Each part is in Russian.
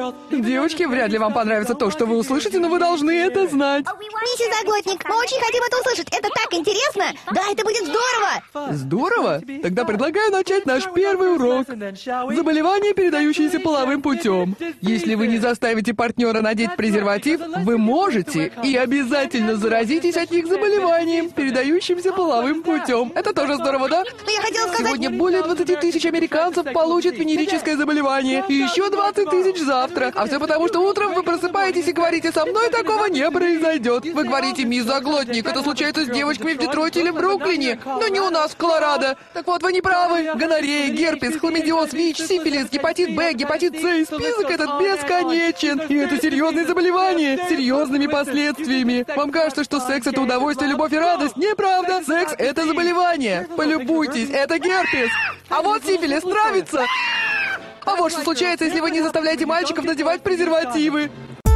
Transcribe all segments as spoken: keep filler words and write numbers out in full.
Девочки, вряд ли вам понравится то, что вы услышите, но вы должны это знать. Миссис Заглотник, мы очень хотим это услышать. Это так интересно. Да, это будет здорово. Здорово? Тогда предлагаю начать наш первый урок. Заболевания, передающиеся половым путем. Если вы не заставите партнера надеть презерватив, вы можете и обязательно заразитесь от них заболеванием, передающимся половым путем. Это тоже здорово, да? Но я хотела сказать... Сегодня более двадцати тысяч американцев получат венерическое заболевание. И еще двадцать тысяч завтра. А все потому, что утром вы просыпаетесь и говорите: со мной такого не произойдет. Вы говорите: мисс Заглотник, это случается с девочками в Детройте или в Бруклине, но не у нас в Колорадо. Так вот, вы не правы. Гонорея, герпес, хламидиоз, ВИЧ, сифилис, гепатит Б, гепатит С, и список этот бесконечен. И это серьезные заболевания с серьезными последствиями. Вам кажется, что секс — это удовольствие, любовь и радость? Неправда. Секс — это заболевание. Полюбуйтесь, это герпес. А вот сифилис, нравится? А вот что случается, если вы не заставляете мальчиков надевать презервативы.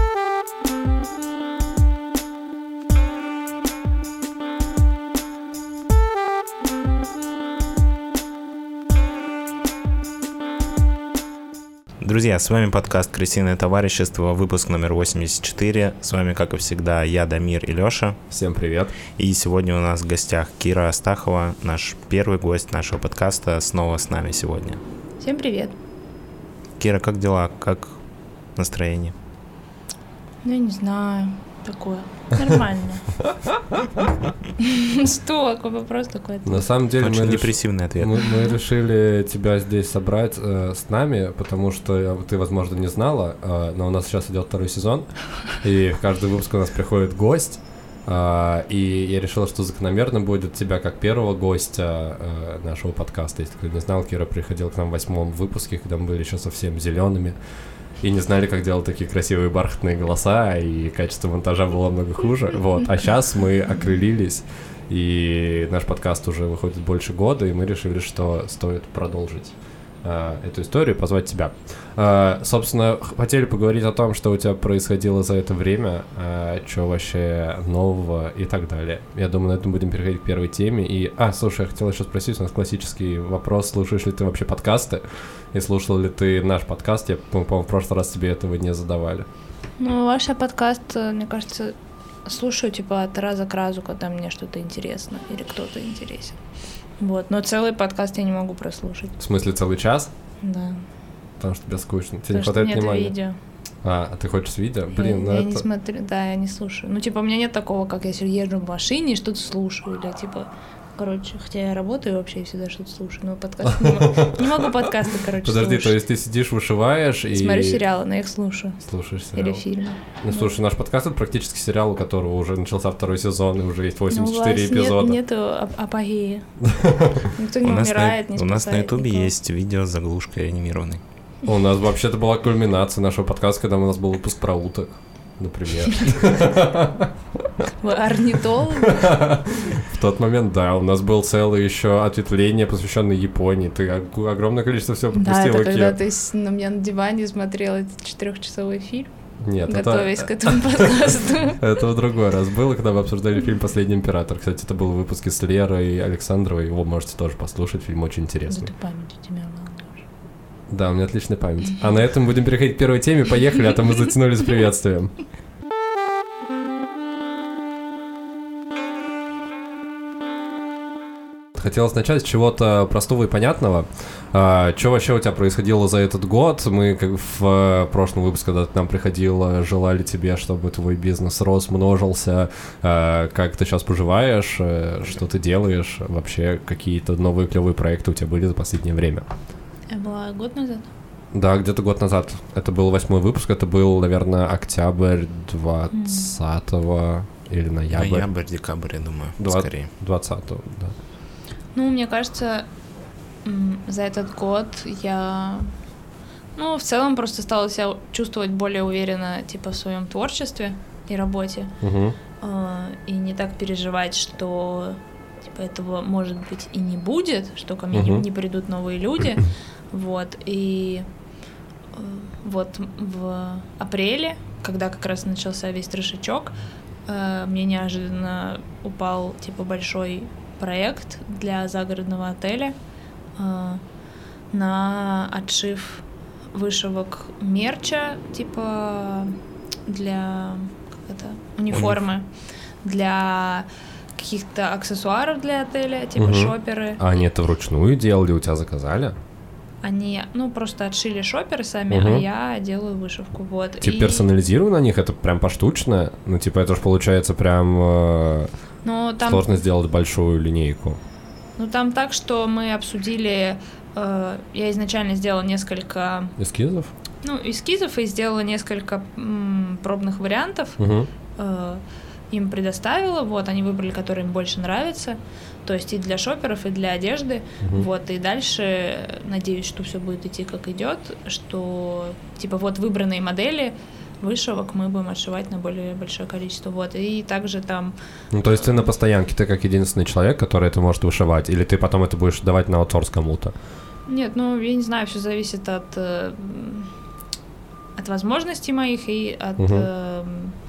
Друзья, с вами подкаст «Крысиное товарищество», выпуск номер восемьдесят четыре. С вами, как и всегда, я, Дамир и Лёша. Всем привет. И сегодня у нас в гостях Кира Астахова, наш первый гость нашего подкаста, снова с нами сегодня. Всем привет. Кира, как дела? Как настроение? Ну, я не знаю. Такое. Нормально. Что? Какой вопрос такой? На самом деле очень мы депрессивный реш... ответ. Мы, мы решили тебя здесь собрать э, с нами, потому что ты, возможно, не знала, э, но у нас сейчас идет второй сезон, и в каждый выпуск у нас приходит гость, э, и я решила, что закономерно будет тебя как первого гостя э, нашего подкаста. Если кто не знал, Кира приходила к нам в восьмом выпуске, когда мы были еще совсем зелеными. И не знали, как делать такие красивые бархатные голоса, и качество монтажа было много хуже. Вот. А сейчас мы окрылились, и наш подкаст уже выходит больше года, и мы решили, что стоит продолжить э, эту историю, позвать тебя. Э, собственно, хотели поговорить о том, что у тебя происходило за это время, э, что вообще нового и так далее. Я думаю, на этом будем переходить к первой теме. И, а, слушай, я хотел еще спросить, у нас классический вопрос: слушаешь ли ты вообще подкасты? И слушал ли ты наш подкаст? Я, по-моему, в прошлый раз тебе этого не задавали. Ну, ваш подкаст, мне кажется, слушаю типа от раза к разу, когда мне что-то интересно или кто-то интересен. Вот, но целый подкаст я не могу прослушать. В смысле, целый час? Да. Потому что тебе скучно. Тебе Потому не хватает что нет внимания. видео. А, а ты хочешь видео? Блин, я, ну я это... не смотрю, да, я не слушаю. Ну, типа, у меня нет такого, как я езжу в машине и что-то слушаю, или типа... Короче, хотя я работаю вообще и всегда что-то слушаю, но подкасты не могу. Не могу подкасты, короче, Подожди, слушать. то есть ты сидишь, вышиваешь и... Смотрю сериалы, но их слушаю. Слушаешь сериалы. Или фильмы. Ну, слушай, наш подкаст — это практически сериал, у которого уже начался второй сезон, и уже есть восемьдесят Ну, четыре эпизода. Нет, нету апогеи. Никто не у нас умирает, на, не У нас на спасает ютубе никого. есть видео с заглушкой анимированной. У нас вообще-то была кульминация нашего подкаста, когда у нас был выпуск про уток, например. Вы орнитолог? В тот момент, да, у нас был целое еще ответвление, посвященное Японии. Ты огромное количество всего Да, пропустила, это когда Кир. ты с- на меня на диване смотрел этот четырехчасовой фильм, Нет, готовясь это... к этому подкасту. Это в другой раз было, когда мы обсуждали фильм «Последний император». Кстати, это был выпуск с Лерой и Александровой. Его можете тоже послушать, фильм очень интересный. Зато память у тебя волнуешь. Да, у меня отличная память. А на этом будем переходить к первой теме. Поехали, а то мы затянули с приветствием. Хотелось начать с чего-то простого и понятного. А, что вообще у тебя происходило за этот год? Мы как в прошлом выпуске, когда ты к нам приходила, желали тебе, чтобы твой бизнес рос, множился. А, как ты сейчас поживаешь? Что ты делаешь? Вообще какие-то новые клевые проекты у тебя были за последнее время? Я была год назад? Да, где-то год назад. Это был восьмой выпуск. Это был, наверное, октябрь двадцатого mm. или ноябрь. Ноябрь, декабрь, я думаю, Два... скорее. двадцатого, да. Ну, мне кажется, за этот год я, ну, в целом просто стала себя чувствовать более уверенно, типа, в своем творчестве и работе. Угу. И не так переживать, что, типа, этого, может быть, и не будет, что ко мне угу. не, не придут новые люди. Вот, и вот в апреле, когда как раз начался весь трешачок, мне неожиданно упал, типа, большой проект для загородного отеля э, на отшив вышивок мерча, типа для как это, униформы, для каких-то аксессуаров для отеля, типа Мгм. шоперы. А они это вручную делали, у тебя заказали? Они, ну, просто отшили шоперы сами, Мгм. а я делаю вышивку, вот. Типа И- персонализировано на них, это прям поштучно? Ну, типа, это же получается прям э, Ну, там, сложно сделать большую линейку. ну, там так, что мы обсудили, э, я изначально сделала несколько, Эскизов? ну, эскизов и сделала несколько м, пробных вариантов, Угу. э, им предоставила, вот, они выбрали, который им больше нравится, то есть и для шоперов, и для одежды, Мгм. вот, и дальше, надеюсь, что все будет идти как идет, что, типа, вот выбранные модели вышивок мы будем отшивать на более большое количество, вот, и также там, Ну, то есть ты на постоянке, ты как единственный человек, который это может вышивать, или ты потом это будешь давать на аутсорс кому-то? нет, ну, я не знаю, все зависит от, э, м, от возможностей моих и от, Мгм. э,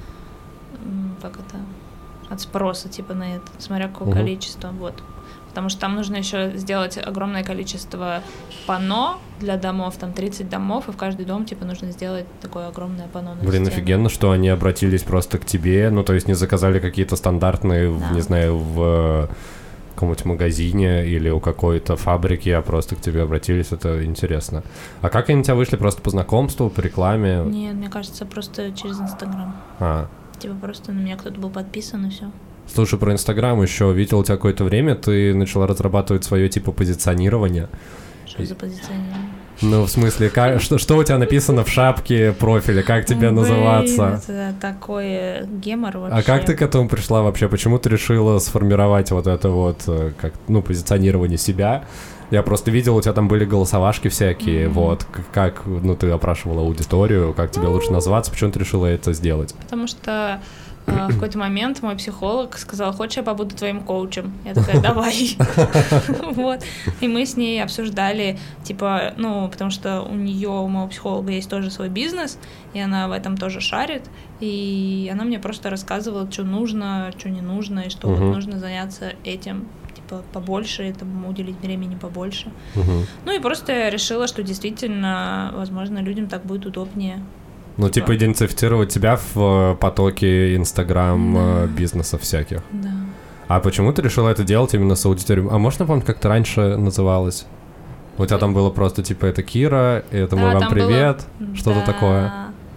м, как это, от спроса, типа, на это, смотря какое Мгм. количество, вот. Потому что там нужно еще сделать огромное количество панно для домов, там тридцать домов, и в каждый дом, типа, нужно сделать такое огромное панно на Блин, стену. офигенно, что они обратились просто к тебе, ну, то есть не заказали какие-то стандартные, в, Да. не знаю, в каком-нибудь магазине или у какой-то фабрики, а просто к тебе обратились, это интересно. А как они на тебя вышли, просто по знакомству, по рекламе? Нет, мне кажется, просто через Инстаграм. А. Типа, просто на меня кто-то был подписан, и все. Слушай, про Инстаграм еще видел у тебя какое-то время, ты начала разрабатывать свое типа позиционирование. Что за позиционирование? Ну, в смысле, как, что, что у тебя написано в шапке профиля, как тебе Блин, называться? это такой гемор вообще. А как ты к этому пришла вообще? Почему ты решила сформировать вот это вот, э, как, ну, позиционирование себя? Я просто видел, у тебя там были голосовашки всякие, Мгм. вот, к- как, ну, ты опрашивала аудиторию, как тебе лучше назваться, почему ты решила это сделать? Потому что э, в какой-то момент мой психолог сказал: хочешь, я побуду твоим коучем? Я такая: давай. Вот. И мы с ней обсуждали, типа, ну, потому что у нее, у моего психолога есть тоже свой бизнес, и она в этом тоже шарит, и она мне просто рассказывала, что нужно, что не нужно, и что вот Мгм. нужно заняться этим, типа, побольше, этому уделить времени побольше. Мгм. Ну и просто я решила, что действительно, возможно, людям так будет удобнее. Ну, типа, идентифицировать тебя в э, потоке Инстаграм э, бизнесов всяких. Да. А почему ты решила это делать именно с аудиторией? А можно помнить, как это раньше называлось? У тебя там было просто, типа, это Кира, это Да, мы вам там было- привет, что-то Да. такое.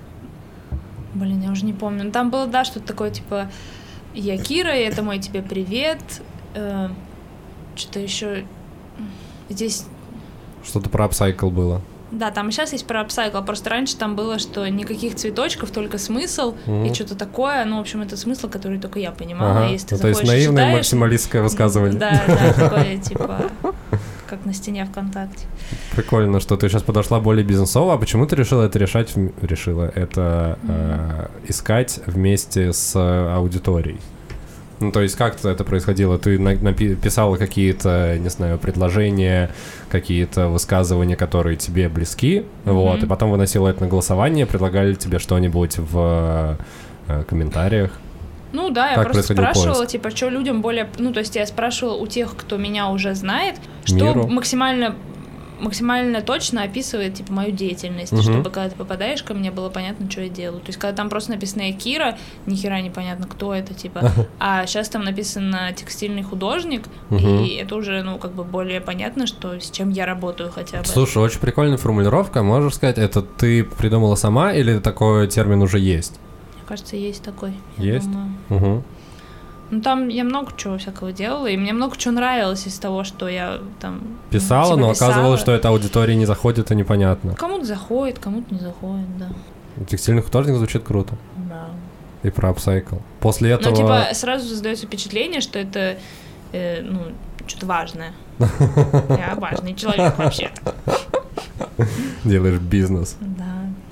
Блин, я уже не помню. Ну, там было, да, что-то такое, типа, я Кира, и это мой тебе привет. Э, что-то еще здесь... Что-то про апсайкл было. Да, там и сейчас есть про апсайкл, просто раньше там было, что никаких цветочков, только смысл Мгм. и что-то такое. Ну, в общем, это смысл, который только я понимала. Ага. Если ты Ну, то есть заходишь и наивное читаешь, максималистское высказывание. Да, да, такое, типа, как на стене ВКонтакте. Прикольно, что ты сейчас подошла более бизнесово. А почему ты решила это решать? в- Решила это э, искать вместе с э, аудиторией? Ну, то есть как это происходило? Ты на- напи- писала какие-то, не знаю, предложения, какие-то высказывания, которые тебе близки, вот, и потом выносила это на голосование, предлагали тебе что-нибудь в э, комментариях. Ну да, я Как просто происходил спрашивала, поиск? типа, что людям более... Ну, то есть я спрашивала у тех, кто меня уже знает, что Миру. максимально максимально точно описывает, типа, мою деятельность, Мгм. чтобы когда ты попадаешь ко мне, было понятно, что я делаю. То есть, когда там просто написано «Я Кира», ни хера непонятно, кто это, типа. А сейчас там написано «текстильный художник», Мгм. и это уже, ну, как бы более понятно, что с чем я работаю хотя бы. Слушай, очень прикольная формулировка. Можешь сказать, это ты придумала сама или такой термин уже есть? Мне кажется, есть такой. я Есть? думаю. Угу. Ну, там я много чего всякого делала, и мне много чего нравилось из того, что я там... ну, Писала, типа, но писала. оказывалось, что это аудитории не заходит и непонятно. Кому-то заходит, кому-то не заходит, да. Текстильный художник звучит круто. Да. И про апсайкл. После этого... Ну, типа, сразу создается впечатление, что это, э, ну, что-то важное. Я важный человек вообще. делаешь бизнес. Да.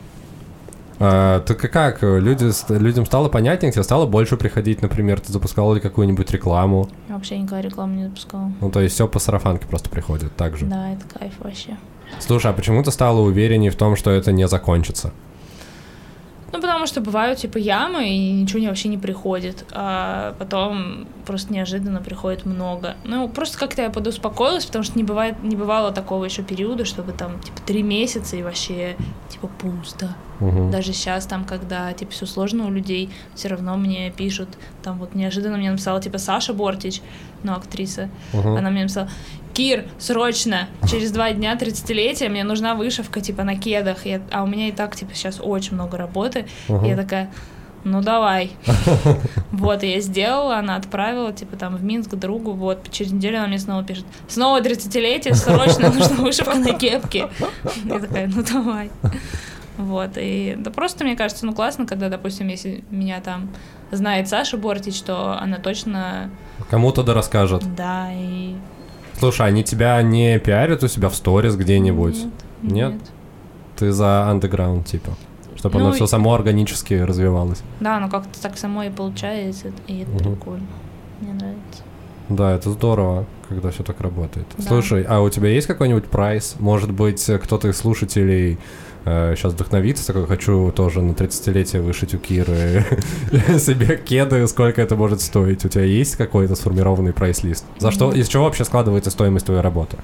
А, ты как, люди, ст- людям стало понятнее, тебе стало больше приходить, например, ты запускала ли какую-нибудь рекламу? Я вообще никогда рекламу не запускала. Ну, то есть все по сарафанке просто приходит, так же. Да, это кайф вообще. Слушай, а почему ты стала увереннее в том, что это не закончится? Ну, потому что бывают, типа, ямы, и ничего не, вообще не приходит, а потом просто неожиданно приходит много. Ну, просто как-то я подуспокоилась, потому что не бывает, не бывало такого еще периода, чтобы там, типа, три месяца и вообще, типа, пусто. Угу. Даже сейчас там, когда, типа, все сложно у людей, все равно мне пишут, там вот неожиданно мне написала, типа, Саша Бортич, ну, актриса, угу. она мне написала: Кир, срочно, через два дня тридцатилетия мне нужна вышивка, типа, на кедах, я, а у меня и так, типа, сейчас очень много работы, угу. и я такая, ну, давай. Вот, и я сделала, она отправила, типа, там, в Минск другу, вот, через неделю она мне снова пишет: снова тридцатилетие, срочно нужна вышивка на кепке. Я такая, ну, давай. Вот, и да просто, мне кажется, ну, классно, когда, допустим, если меня там знает Саша Бортич, то она точно... Кому-то да расскажет. Да, и... Слушай, они тебя не пиарят у себя в сторис где-нибудь? Нет, нет. Ты за андеграунд, типа? Чтобы ну, оно все само органически развивалось. Да, ну как-то так само и получается, и это угу. прикольно. Мне нравится. Да, это здорово, когда все так работает. Да. Слушай, а у тебя есть какой-нибудь прайс? Может быть, кто-то из слушателей э, сейчас вдохновится, такой: хочу тоже на тридцатилетие вышить у Киры себе кеды, сколько это может стоить? У тебя есть какой-то сформированный прайс-лист? За что, из чего вообще складывается стоимость твоей работы?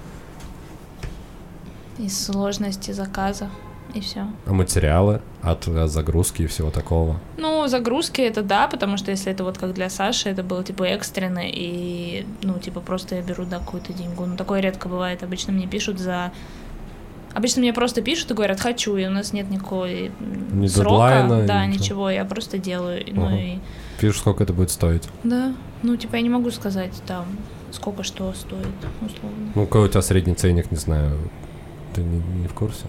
Из сложности заказа. И все. А материалы от, от загрузки и всего такого? Ну, загрузки это да, потому что если это вот как для Саши, это было типа экстренно, и, ну, типа просто я беру, да, какую-то деньгу. Ну, такое редко бывает. Обычно мне пишут за... Обычно мне просто пишут и говорят: хочу, и у нас нет никакого ни срока. Дедлайна, да, ничего. ничего, я просто делаю. Ага. Ну, и... Пишешь, сколько это будет стоить? Да, ну, типа я не могу сказать там, сколько что стоит, условно. Ну, какой у тебя средний ценник, не знаю, ты не, не в курсе?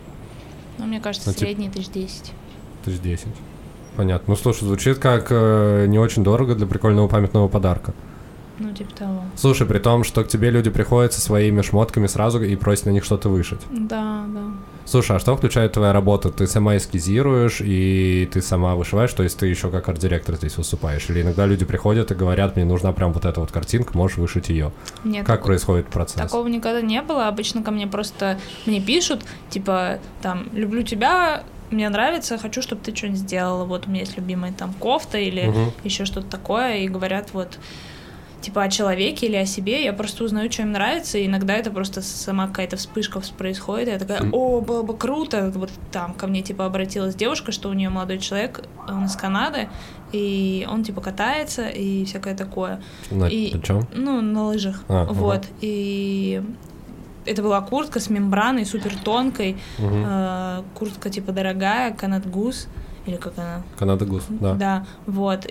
Ну, мне кажется, ну, средний тысяч десять. Тысяч десять. Понятно. Ну, слушай, звучит как э, не очень дорого для прикольного памятного подарка. Ну, типа того. Слушай, при том, что к тебе люди приходят со своими шмотками сразу и просят на них что-то вышить. Да, да. Слушай, а что включает твоя работа? Ты сама эскизируешь и ты сама вышиваешь, то есть ты еще как арт-директор здесь выступаешь? Или иногда люди приходят и говорят: мне нужна прям вот эта вот картинка, можешь вышить ее? Нет. Как такого, происходит процесс? Такого никогда не было. Обычно ко мне просто, мне пишут, типа, там, люблю тебя, мне нравится, хочу, чтобы ты что-нибудь сделала. Вот у меня есть любимая там кофта или угу. еще что-то такое, и говорят вот... типа о человеке или о себе, я просто узнаю, что им нравится, и иногда это просто сама какая-то вспышка происходит, и я такая: о, было бы круто. Вот там ко мне типа обратилась девушка, что у нее молодой человек, он из Канады, и он типа катается и всякое такое. На, и, на чем? Ну, на лыжах. А, вот. ага. И это была куртка с мембраной, супер тонкой, угу. э, куртка типа дорогая, Канад Гус. Или как она? Канада Гус, да. Да, вот,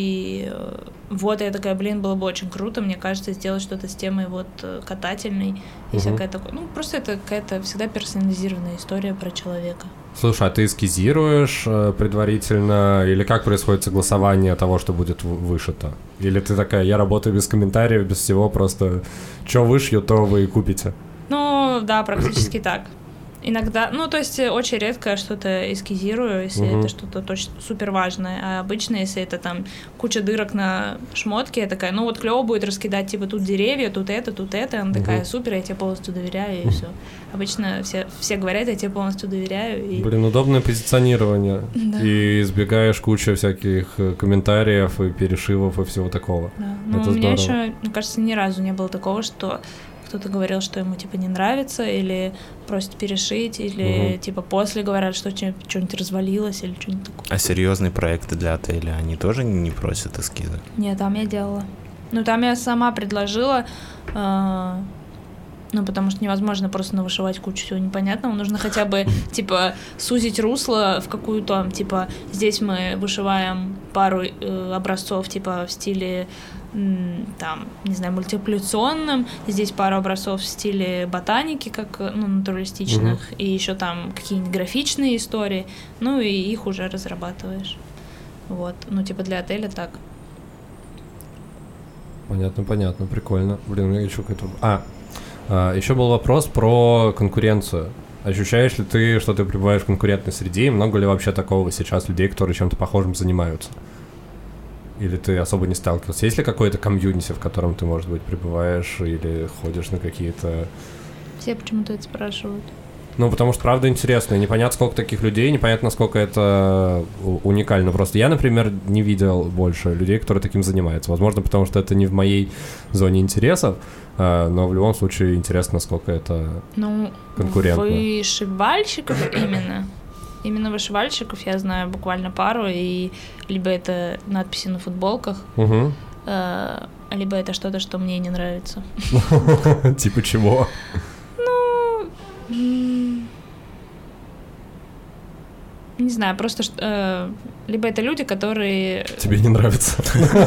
и вот я такая: блин, было бы очень круто, мне кажется, сделать что-то с темой вот катательной и угу. всякое такое. Ну, просто это какая-то всегда персонализированная история про человека. Слушай, а ты эскизируешь э, предварительно, или как происходит согласование того, что будет вышито? Или ты такая: я работаю без комментариев, без всего, просто что вышью, то вы и купите? Ну, да, практически так. Иногда, ну, то есть очень редко что-то эскизирую, если uh-huh. это что-то точно супер важное. А обычно, если это там куча дырок на шмотке, я такая: ну вот клево будет раскидать, типа, тут деревья, тут это, тут это. Она uh-huh. такая: супер, я тебе полностью доверяю, и все. Обычно все, все говорят: я тебе полностью доверяю. И... Блин, удобное позиционирование. Да. И избегаешь кучу всяких комментариев и перешивов и всего такого. Да. Ну, это у меня здорово. еще, мне кажется, ни разу не было такого, что кто-то говорил, что ему, типа, не нравится, или просит перешить, или, угу. типа, после говорят, что что-нибудь развалилось, или что-нибудь такое. А серьезные проекты для отеля, они тоже не просят эскизы? Нет, там я делала. Ну, там я сама предложила, э, ну, потому что невозможно просто навышивать кучу всего непонятного. Нужно хотя бы, типа, сузить русло в какую-то, типа, здесь мы вышиваем пару э, образцов, типа, в стиле... там, не знаю, мультипликационным, здесь пару образцов в стиле ботаники, как, ну, натуралистичных, uh-huh. и еще там какие-нибудь графичные истории, ну, и их уже разрабатываешь. Вот, ну, типа для отеля так. Понятно, понятно, прикольно. Блин, у меня еще какой-то... А, а, еще был вопрос про конкуренцию. Ощущаешь ли ты, что ты пребываешь в конкурентной среде, и много ли вообще такого сейчас людей, которые чем-то похожим занимаются? Или ты особо не сталкивался? Есть ли какое-то комьюнити, в котором ты, может быть, пребываешь или ходишь на какие-то... Все почему-то это спрашивают. Ну, потому что, правда, интересно. Непонятно, сколько таких людей, непонятно, насколько это уникально. Просто я, например, не видел больше людей, которые таким занимаются. Возможно, потому что это не в моей зоне интересов, но в любом случае интересно, насколько это ну, конкурентно. Вышивальщиков именно. Именно вышивальщиков я знаю буквально пару, и либо это надписи на футболках, угу. э, либо это что-то, что мне не нравится. Типа чего? Ну, не знаю, просто либо это люди, которые... Тебе не нравится.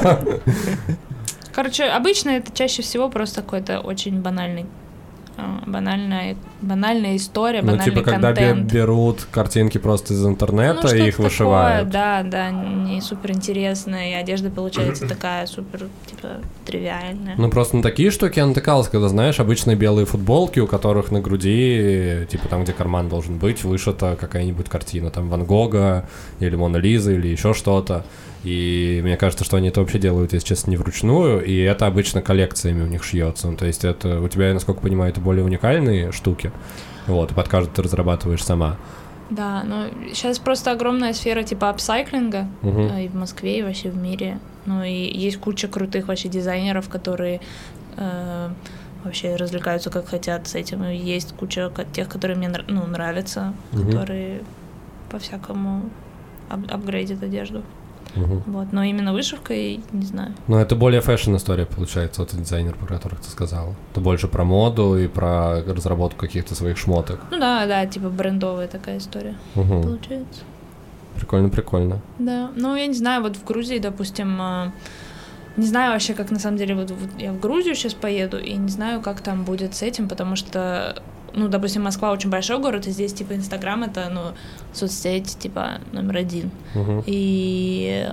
Короче, обычно это чаще всего просто какой-то очень банальный банальная, банальная история, банальный контент. Ну, типа, контент. когда берут картинки просто из интернета ну, и их такое, вышивают. Да, да, не супер интересно, и одежда получается такая супер, типа, тривиальная. Ну, просто на такие штуки я натыкался, когда, знаешь, обычные белые футболки, у которых на груди, типа, там, где карман должен быть, вышита какая-нибудь картина, там, Ван Гога или Мона Лиза или еще что-то. И мне кажется, что они это вообще делают, если честно, не вручную, и это обычно коллекциями у них шьется. Ну, то есть это у тебя, насколько я понимаю, это более уникальные штуки, вот, и под каждую ты разрабатываешь сама. Да, ну сейчас просто огромная сфера типа апсайклинга угу. и в Москве, и вообще в мире. Ну и есть куча крутых вообще дизайнеров, которые э, вообще развлекаются как хотят с этим. И есть куча тех, которые мне ну, нравятся, угу. которые по-всякому ап- апгрейдят одежду. Угу. Вот, но именно вышивкой, не знаю. Ну, это более фэшн-история, получается, вот дизайнер, про которых ты сказала. Это больше про моду и про разработку каких-то своих шмоток. Ну да, да, типа брендовая такая история, угу. получается. Прикольно, прикольно. Да, ну, я не знаю, вот в Грузии, допустим, не знаю вообще, как на самом деле, вот, вот я в Грузию сейчас поеду, и не знаю, как там будет с этим, потому что... Ну, допустим, Москва очень большой город, и здесь, типа, Инстаграм — это, ну, соцсеть, типа, номер один. Uh-huh. И...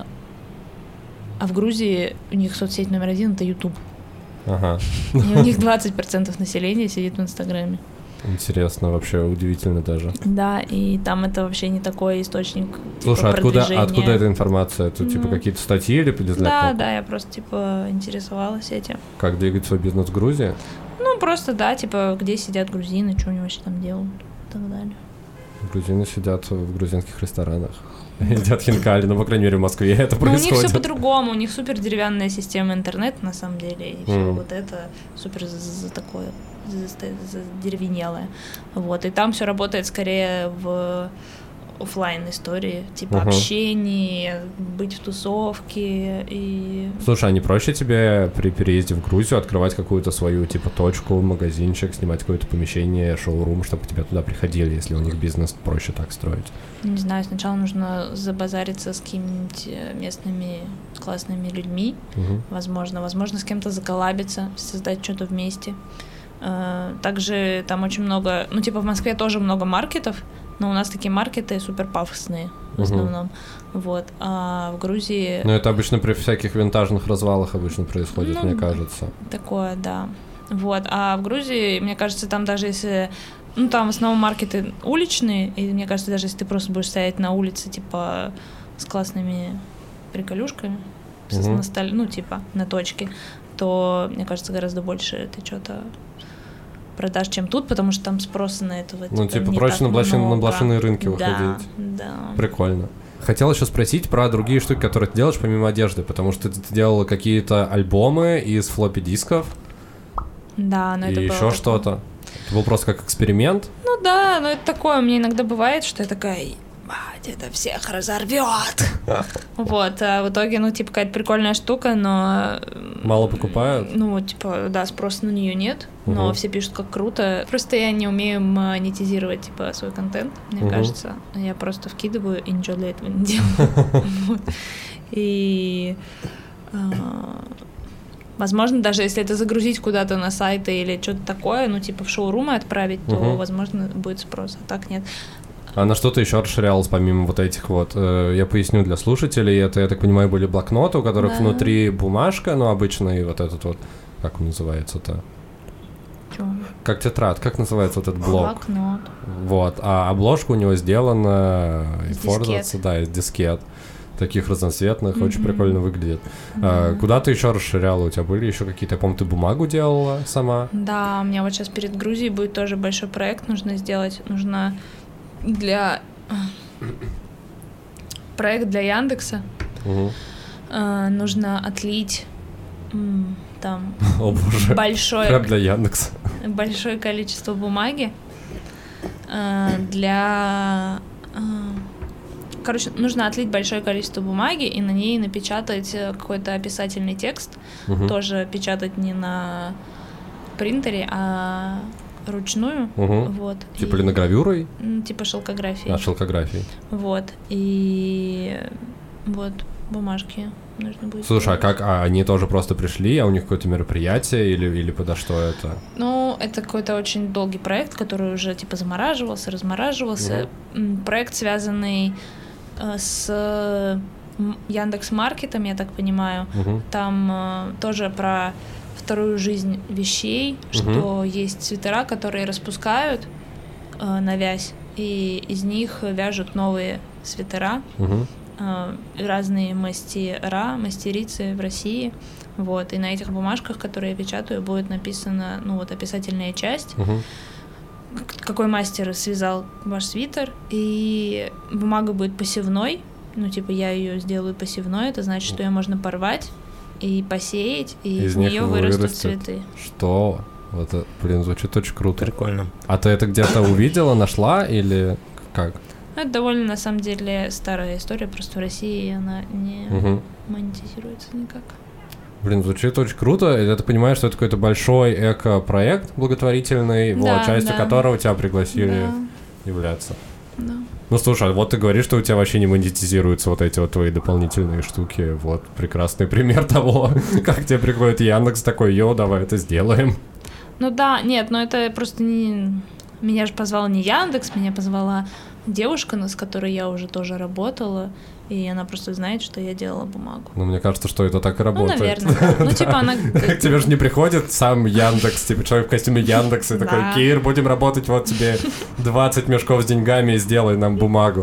А в Грузии у них соцсеть номер один — это Ютуб. Ага. Uh-huh. И у них двадцать процентов населения сидит в Инстаграме. Интересно, вообще удивительно даже. Да, и там это вообще не такой источник. Слушай, типа, откуда, продвижения. откуда эта информация? Это, ну, типа, какие-то статьи или для Да, кнопок? да, я просто, типа, интересовалась этим. Как двигать свой бизнес в Грузии? Ну, просто, да, типа, где сидят грузины, что они вообще там делают и так далее. Грузины сидят в грузинских ресторанах. Едят хинкали, ну, по крайней мере, в Москве это ну, происходит. У них все по-другому, у них супер деревянная система интернета, на самом деле, и все mm. вот это супер за такое задеревенелое. Вот, и там все работает скорее в офлайн истории, типа uh-huh. общение, быть в тусовке и... Слушай, а не проще тебе при переезде в Грузию открывать какую-то свою, типа, точку, магазинчик, снимать какое-то помещение, шоурум, чтобы к тебе туда приходили, если у них бизнес проще так строить? Не знаю, сначала нужно забазариться с какими-нибудь местными классными людьми, uh-huh. возможно, возможно, с кем-то заколлабиться, создать что-то вместе. Также там очень много, ну, типа, в Москве тоже много маркетов, но у нас такие маркеты супер пафосные в основном, uh-huh. вот, а в Грузии... Ну, это обычно при всяких винтажных развалах обычно происходит, ну, мне кажется. Такое, да, вот, а в Грузии, мне кажется, там даже если, ну, там в основном маркеты уличные, и мне кажется, даже если ты просто будешь стоять на улице, типа, с классными приколюшками, uh-huh. на столе, ну, типа, на точке, то, мне кажется, гораздо больше ты что-то продаж, чем тут, потому что там спроса на этого типа, ну, типа, проще на, блошин, на блошиные рынки да, выходить. Да. Прикольно. Хотел еще спросить про другие штуки, которые ты делаешь помимо одежды, потому что ты, ты делала какие-то альбомы из флоппи-дисков. Да, но и это было... И еще такое... что-то. Это был просто как эксперимент? Ну да, но это такое, у меня иногда бывает, что я такая... это всех разорвет. Вот, а в итоге, ну, типа, какая-то прикольная штука, но... Мало покупают? Ну, типа, да, спроса на нее нет, но угу. все пишут, как круто. Просто я не умею монетизировать, типа, свой контент, мне угу. кажется. Я просто вкидываю и ничего для этого не делаю. И... Возможно, даже если это загрузить куда-то на сайты или что-то такое, ну, типа, в шоурумы отправить, то, возможно, будет спрос, а так нет. А на что ты еще расширялась, помимо вот этих вот? Я поясню для слушателей, это, я так понимаю, были блокноты, у которых да. внутри бумажка, ну, обычный вот этот вот, как он называется-то? Чё? Как тетрадь, как называется вот этот блок? Блокнот. Вот, а обложка у него сделана из дискет. Да, из дискет. таких разноцветных, Мгм. очень прикольно выглядит. Да. А, куда ты еще расширяла? У тебя были еще какие-то, я помню, ты бумагу делала сама? Да, у меня вот сейчас перед Грузией будет тоже большой проект, нужно сделать, нужно для... Проект для Яндекса, Угу. э, нужно отлить м, там О боже, большое, прям для Яндекса. большое количество бумаги э, для... э, Короче, нужно отлить большое количество бумаги и на ней напечатать э, какой-то описательный текст, Мгм. тоже печатать не на принтере, а ручную, Мгм. вот. Типа и- линогравюрой? м, Типа шелкографии. А, шелкографией. Вот. И вот бумажки нужно будет. Слушай, а сделать. как, а они тоже просто пришли, а у них какое-то мероприятие или, или подо что это? Ну, это какой-то очень долгий проект, который уже типа замораживался, размораживался. М, Проект, связанный э, с Яндекс.Маркетом, я так понимаю. Мгм. Там э, тоже про вторую жизнь вещей, что есть свитера, которые распускают э, на вязь, и из них вяжут новые свитера. Мгм. э, разные мастера, мастерицы в России. Вот. И на этих бумажках, которые я печатаю, будет написана, ну вот, описательная часть, Мгм. к- какой мастер связал ваш свитер, и бумага будет посевной, ну, типа, я ее сделаю посевной, это значит, что ее можно порвать и посеять, и Из из них нее вырастут вырастет. цветы. Что? Вот это, блин, звучит очень круто. Прикольно. А ты это где-то увидела, нашла или как? Ну, это довольно, на самом деле, старая история, просто в России она не Мгм. монетизируется никак. Блин, звучит очень круто. И ты понимаешь, что это какой-то большой эко-проект благотворительный, Да, вот, частью да. которого тебя пригласили Да, являться. да. Ну слушай, а вот ты говоришь, что у тебя вообще не монетизируются вот эти вот твои дополнительные штуки. Вот прекрасный пример того, как тебе приходит Яндекс такой: йоу, давай это сделаем. Ну да, нет, но это просто не... Меня же позвал не Яндекс, меня позвала девушка, с которой я уже тоже работала, и она просто знает, что я делала бумагу. Ну, мне кажется, что это так и Ну, работает. наверное, да. Ну, типа она... К тебе же не приходит сам Яндекс, типа человек в костюме Яндекса и Да. такой: Кир, будем работать, вот тебе двадцать мешков с деньгами и сделай нам бумагу.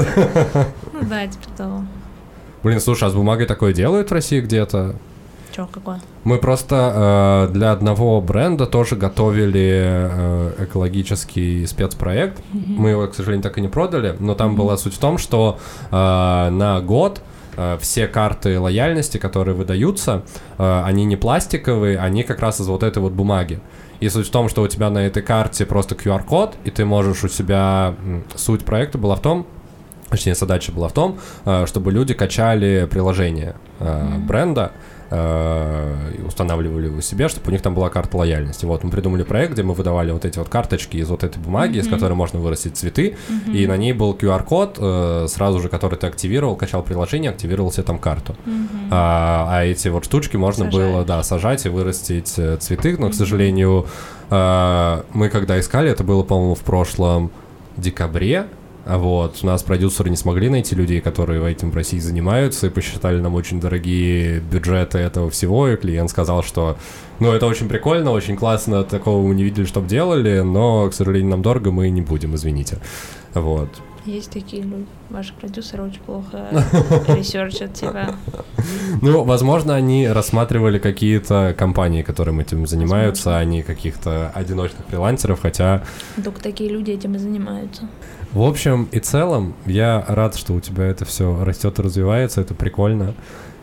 Ну да, типа того. Блин, слушай, а с бумагой такое делают в России где-то? Чё, какое? Мы просто э, для одного бренда тоже готовили э, экологический спецпроект. Мы его, к сожалению, так и не продали, но там была суть в том, что э, на год э, все карты лояльности, которые выдаются, э, они не пластиковые, они как раз из вот этой вот бумаги. И суть в том, что у тебя на этой карте просто ку ар-код, и ты можешь у себя... м, Суть проекта была в том, точнее, задача была в том, э, чтобы люди качали приложение э, бренда, э, и устанавливали его себе, чтобы у них там была карта лояльности. Вот, мы придумали проект, где мы выдавали вот эти вот карточки из вот этой бумаги, из которой можно вырастить цветы, и на ней был ку ар-код, э, сразу же, который ты активировал, качал приложение, активировал себе там карту. А, а эти вот штучки можно Сажаешь. было, да, сажать и вырастить э, цветы, но, к сожалению, э, мы когда искали, это было, по-моему, в прошлом декабре. А вот, у нас продюсеры не смогли найти людей, которые этим в России занимаются, и посчитали нам очень дорогие бюджеты этого всего, и клиент сказал, что, ну, это очень прикольно, очень классно, такого мы не видели, чтоб делали, но, к сожалению, нам дорого, мы не будем, извините. Вот. Есть такие люди. Ваши продюсеры очень плохо ресерчат тебя. Ну, возможно, они рассматривали какие-то компании, которым этим занимаются, а не каких-то одиночных фрилансеров, хотя... Только такие люди этим и занимаются. В общем и целом, я рад, что у тебя это все растет и развивается, это прикольно.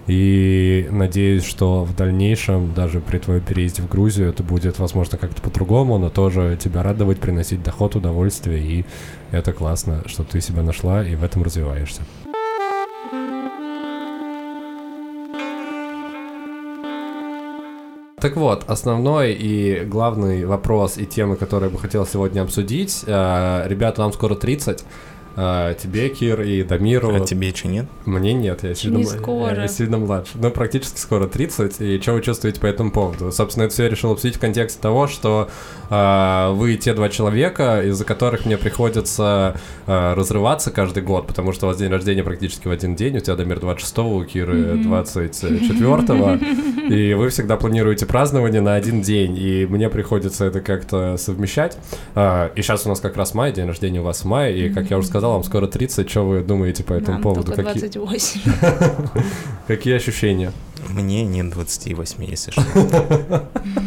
И надеюсь, что в дальнейшем, даже при твоем переезде в Грузию, это будет, возможно, как-то по-другому, но тоже тебя радовать, приносить доход, удовольствие, и это классно, что ты себя нашла и в этом развиваешься. Так вот, основной и главный вопрос и темы, которые я бы хотел сегодня обсудить. Э, ребята, нам скоро тридцать. Э, тебе, Кир, и Дамиру. А тебе че нет? Мне нет, я сильно, Не мла- скоро. я сильно младше. Ну, практически скоро тридцать. И что вы чувствуете по этому поводу? Собственно, это все я решил обсудить в контексте того, что э, вы те два человека, из-за которых мне приходится э, разрываться каждый год, потому что у вас день рождения практически в один день, у тебя, Дамир, двадцать шестого, у Киры двадцать четвёртого, и вы всегда планируете празднование на один день, и мне приходится это как-то совмещать. Э, и сейчас у нас как раз май, день рождения у вас в мае, и, как я уже сказал, сказал, вам скоро тридцать, что вы думаете по этому Нам поводу? только Какие, двадцать восемь. какие ощущения? Мне нет двадцати восьми, если что.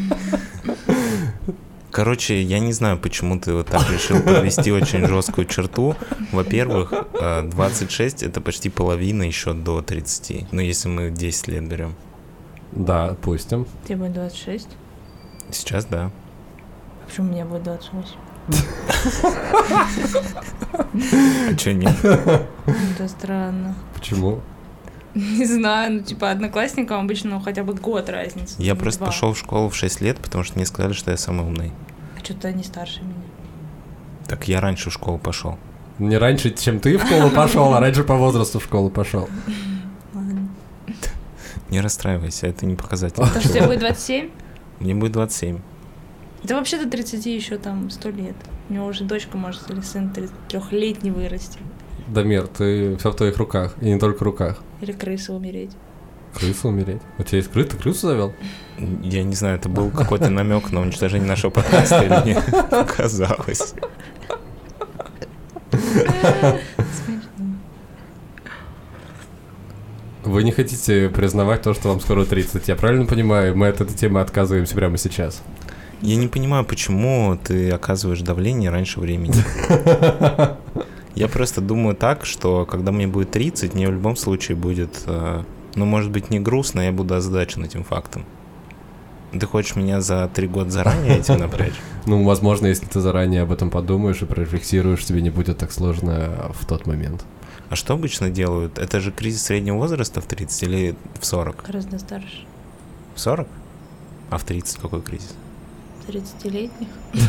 Короче, я не знаю, почему ты вот так решил подвести очень жесткую черту. Во-первых, двадцать шесть — это почти половина еще до тридцати. Ну, если мы десять лет берем. Да, пустим. Тебе будет двадцать шесть? Сейчас, да. А почему у меня будет двадцать восемь? А что нет? Это странно. Почему? Не знаю, ну типа одноклассникам обычно ну, хотя бы год разницы. Я не просто два. пошел в школу в шесть лет, потому что мне сказали, что я самый умный. А что-то они старше меня. Так я раньше в школу пошел. Не раньше, чем ты в школу пошел, а раньше по возрасту в школу пошел. Ладно. Не расстраивайся, это не показатель. То, что тебе будет двадцать семь? Мне будет двадцать семь. Да вообще до тридцати еще там сто лет. У него уже дочка может или сын трехлетний вырасти. Дамир, ты все в твоих руках, и не только руках. Или крыса умереть. Крысу умереть? У тебя есть крыса? Ты крысу завел? Я не знаю, это был какой-то намек на уничтожение нашего подкаста или мне казалось. Смешно. Вы не хотите признавать то, что вам скоро тридцать. Я правильно понимаю? Мы от этой темы отказываемся прямо сейчас. Я не понимаю, почему ты оказываешь давление раньше времени. Я просто думаю так, что когда мне будет тридцать, мне в любом случае будет, э, ну, может быть, не грустно, я буду озадачен этим фактом. Ты хочешь меня за три года заранее этим напрячь? Ну, возможно, если ты заранее об этом подумаешь и прорефлексируешь, тебе не будет так сложно в тот момент. А что обычно делают? Это же кризис среднего возраста в тридцать или в сорок? Гораздо старше. В сорок? А в тридцать какой кризис? тридцатилетних.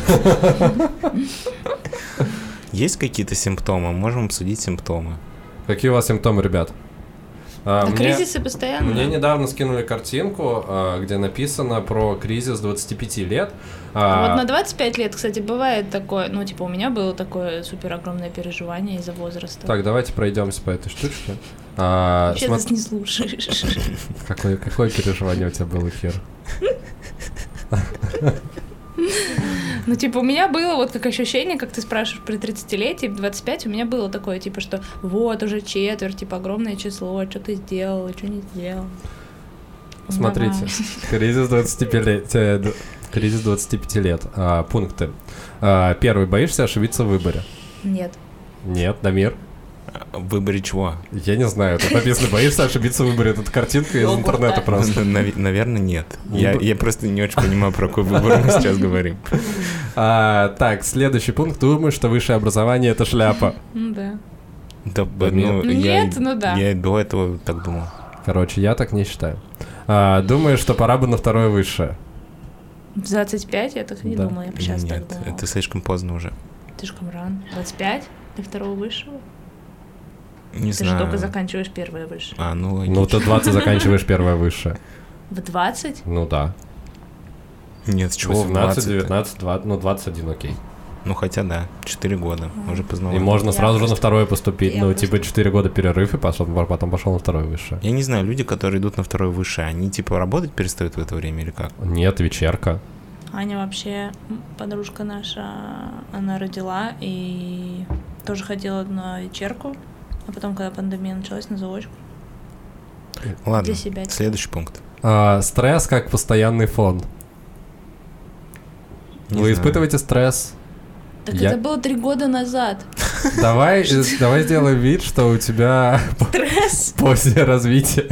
Есть какие-то симптомы? Можем обсудить симптомы. Какие у вас симптомы, ребят? А, Да мне- кризисы постоянно. Мне недавно скинули картинку, а, где написано про кризис двадцати пяти лет. А А, вот на двадцать пять лет, кстати, бывает такое, ну, типа, у меня было такое супер огромное переживание из-за возраста. Так, давайте пройдемся по этой штучке. А, Вообще смо- ты не слушаешь. какое, какое переживание у тебя было, Кир? Ну, типа, у меня было вот как ощущение, как ты спрашиваешь при тридцатилетии, в двадцать пять у меня было такое, типа, что вот уже четверть, типа, огромное число, что ты сделал, что не сделал. Смотрите, Давай. кризис двадцати пяти лет. Кризис двадцати пяти лет. А, пункты. А, первый. Боишься ошибиться в выборе? Нет. Нет, Дамир. В выборе чего? Я не знаю, тут написано, боишься ошибиться в выборе. Это картинка из интернета просто. Нав- Наверное, нет. Я, Ну, я просто не очень понимаю, про какой выбор мы сейчас говорим. А, так, следующий пункт. Думаю, что высшее образование — это шляпа. Ну да. Да, б- ну, Ну, я, нет, ну да. Я и до этого так думал. Короче, я так не считаю. А, думаю, что пора бы на второе высшее. В двадцать пять я так не Да. думала, я бы сейчас Нет, так думала. это слишком поздно уже. Слишком рано. двадцать пять для второго высшего? Не Ты знаю. же только заканчиваешь первое высшее. А, ну логично. Ну, ты двадцать заканчиваешь первое высшее. В двадцать? Ну да. Нет, с чего в восемнадцать, двадцать? девятнадцать, двадцать, ну двадцать один, окей. Ну хотя да, четыре года, уже И поздновато. можно Я сразу же на просто- второе поступить. я Ну, просто- типа четыре года перерыв, и пошел, потом пошел на второе высшее. Я не знаю, люди, которые идут на второе высшее, они типа работать перестают в это время или как? Нет, вечерка. Аня вообще, м, подружка наша, она родила и тоже ходила на вечерку, а потом, когда пандемия началась, на заочку. Ладно, Для себя. следующий пункт. А, стресс как постоянный фон. Не Вы знаю. испытываете стресс? Так Я- это было три года назад. Давай, э, давай сделаем вид, что у тебя Стресс. позднее развитие.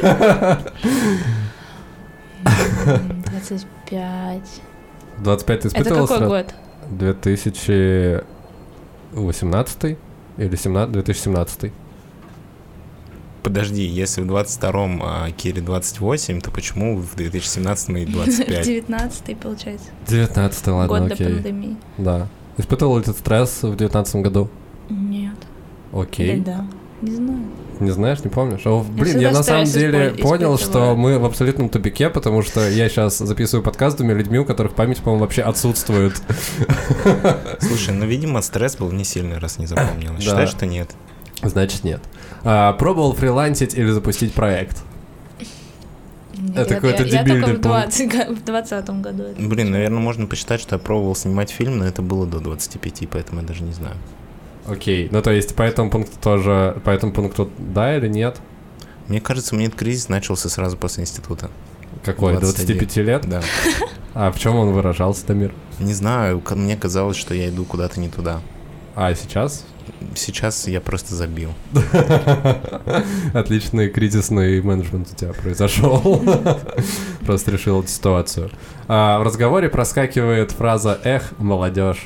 М, двадцать пять. двадцать пять ты Это испытывал какой стресс? год? две тысячи восемнадцатый или семнадцатый? две тысячи семнадцатый. Подожди, если в двадцать втором а, Кире двадцать восемь, то почему в две тысячи семнадцатом ей двадцать пять? девятнадцатый, получается. девятнадцатый, ладно, Год до окей. пандемии. Да. Испытывал ли ты стресс в девятнадцатом году? Нет. Окей. Или да. Не знаю. Не знаешь, не помнишь? О, блин, всегда я на самом стресс деле испо- понял, что испытываю. мы в абсолютном тупике, потому что я сейчас записываю подкаст с двумя людьми, у которых память, по-моему, вообще отсутствует. Слушай, ну, видимо, стресс был не сильный, раз не запомнил. Да. Считаешь, что нет? Значит, нет. А, пробовал фрилансить или запустить проект? Нет, Это я- какой-то я, я дебильный только в, пункт. двадцать га- в двадцатом году. это Блин, начала. наверное, можно посчитать, что я пробовал снимать фильм, но это было до двадцати пяти, поэтому я даже не знаю. Окей, ну то есть по этому пункту тоже, по этому пункту да или нет? Мне кажется, у меня этот кризис начался сразу после института. Какой, двадцати пяти лет? Да. А в чем он выражался, Дамир? Не знаю, к- мне казалось, что я иду куда-то не туда. А, сейчас? Сейчас я просто забил. Отличный кризисный менеджмент у тебя произошел. Просто решил эту ситуацию. А, в разговоре проскакивает фраза «Эх, молодежь».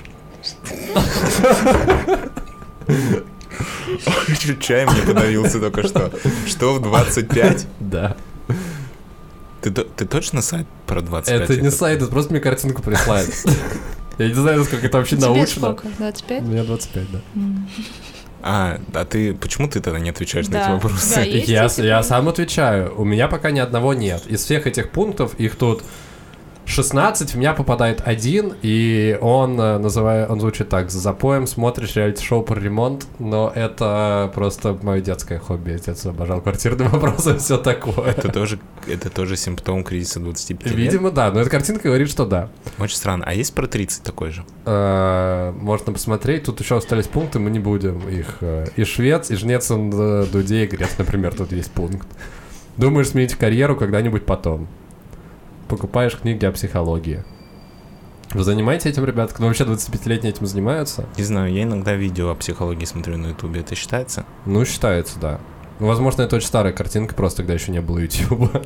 Чуть чаем не подавился только что. Что в двадцать пять? Да. Ты, то- ты точно сайт про двадцать пять? Это не сайт, это просто мне картинку присылает. Я не знаю, насколько это вообще Тебе научно. сколько? двадцать пять? Мне двадцать пять, да. М. А, а ты почему ты тогда не отвечаешь на Да, эти вопросы? да, есть Я, эти я пункты. сам отвечаю. У меня пока ни одного нет. Из всех этих пунктов, их тут шестнадцать, в меня попадает один, и он, э, называя, он звучит так: за запоем смотришь реалити-шоу про ремонт, но это просто мое детское хобби. Я с детства обожал квартирные вопросы и все такое. Это тоже, это тоже симптом кризиса двадцати пяти лет? Видимо, да, но эта картинка говорит, что да. Очень странно. А есть про тридцать такой же? Э, Можно посмотреть, тут еще остались пункты, мы не будем их. э, И швец, и жнец э, Дудей, Грец, например, тут есть пункт. Думаешь сменить карьеру когда-нибудь потом. Покупаешь книги о психологии. Вы занимаетесь этим, ребят? Кто вообще двадцатипятилетние этим занимаются? Не знаю, я иногда видео о психологии смотрю на ютубе. Это считается? Ну, считается, да. Ну, возможно, это очень старая картинка, просто тогда еще не было ютуба.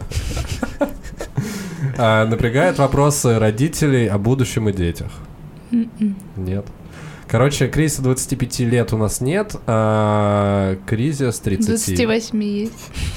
А, Напрягает вопросы родителей о будущем и детях. М-м. Нет. Короче, кризиса двадцати пяти лет у нас нет, а кризис тридцати. двадцати восьми есть.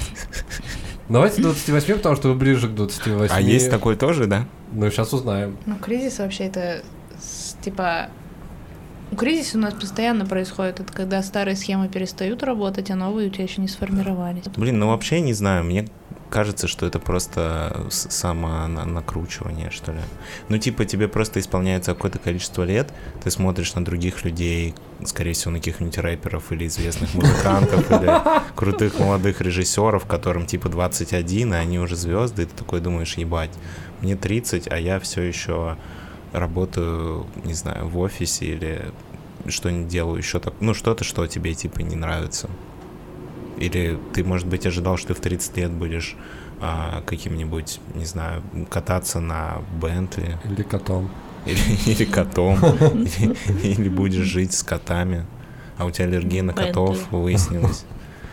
Давайте двадцати восьми, потому что вы ближе к двадцати восьми. А есть такой тоже, да? Ну, сейчас узнаем. Ну, кризис вообще это с- типа... Ну, кризис у нас постоянно происходит. Это когда старые схемы перестают работать, а новые у тебя еще не сформировались. Блин, ну вообще не знаю. Мне кажется, что это просто с- самонакручивание, что ли. Ну, типа, тебе просто исполняется какое-то количество лет, ты смотришь на других людей, скорее всего, на каких-нибудь рэперов или известных музыкантов, или крутых молодых режиссеров, которым типа двадцать один, и они уже звезды, и ты такой думаешь, ебать, мне тридцать, а я все еще работаю, не знаю, в офисе или что-нибудь делаю еще так, ну, что-то, что тебе типа не нравится. Или ты, может быть, ожидал, что ты в тридцать лет будешь а, каким-нибудь, не знаю, кататься на Бентли Или котом. или, или котом, или, или будешь жить с котами, а у тебя аллергия на котов Бентли. выяснилась.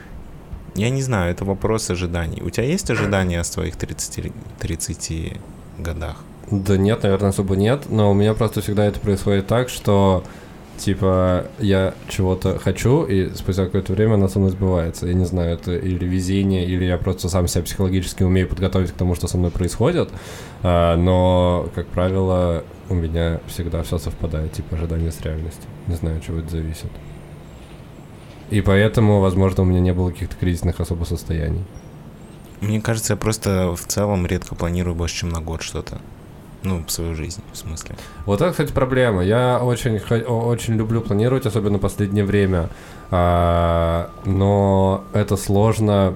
Я не знаю, это вопрос ожиданий. У тебя есть ожидания о своих тридцати, тридцати годах? Да нет, наверное, особо нет, но у меня просто всегда это происходит так, что типа я чего-то хочу, и спустя какое-то время оно со мной сбывается. Я не знаю, это или везение, или я просто сам себя психологически умею подготовить к тому, что со мной происходит, а, но, как правило, у меня всегда все совпадает, типа ожидание с реальностью. Не знаю, от чего это зависит. И поэтому, возможно, у меня не было каких-то кризисных особо состояний. Мне кажется, я просто в целом редко планирую больше, чем на год что-то. Ну, в свою жизнь, в смысле. Вот это, кстати, проблема. Я очень, хо- о- очень люблю планировать, особенно в последнее время. А, но это сложно.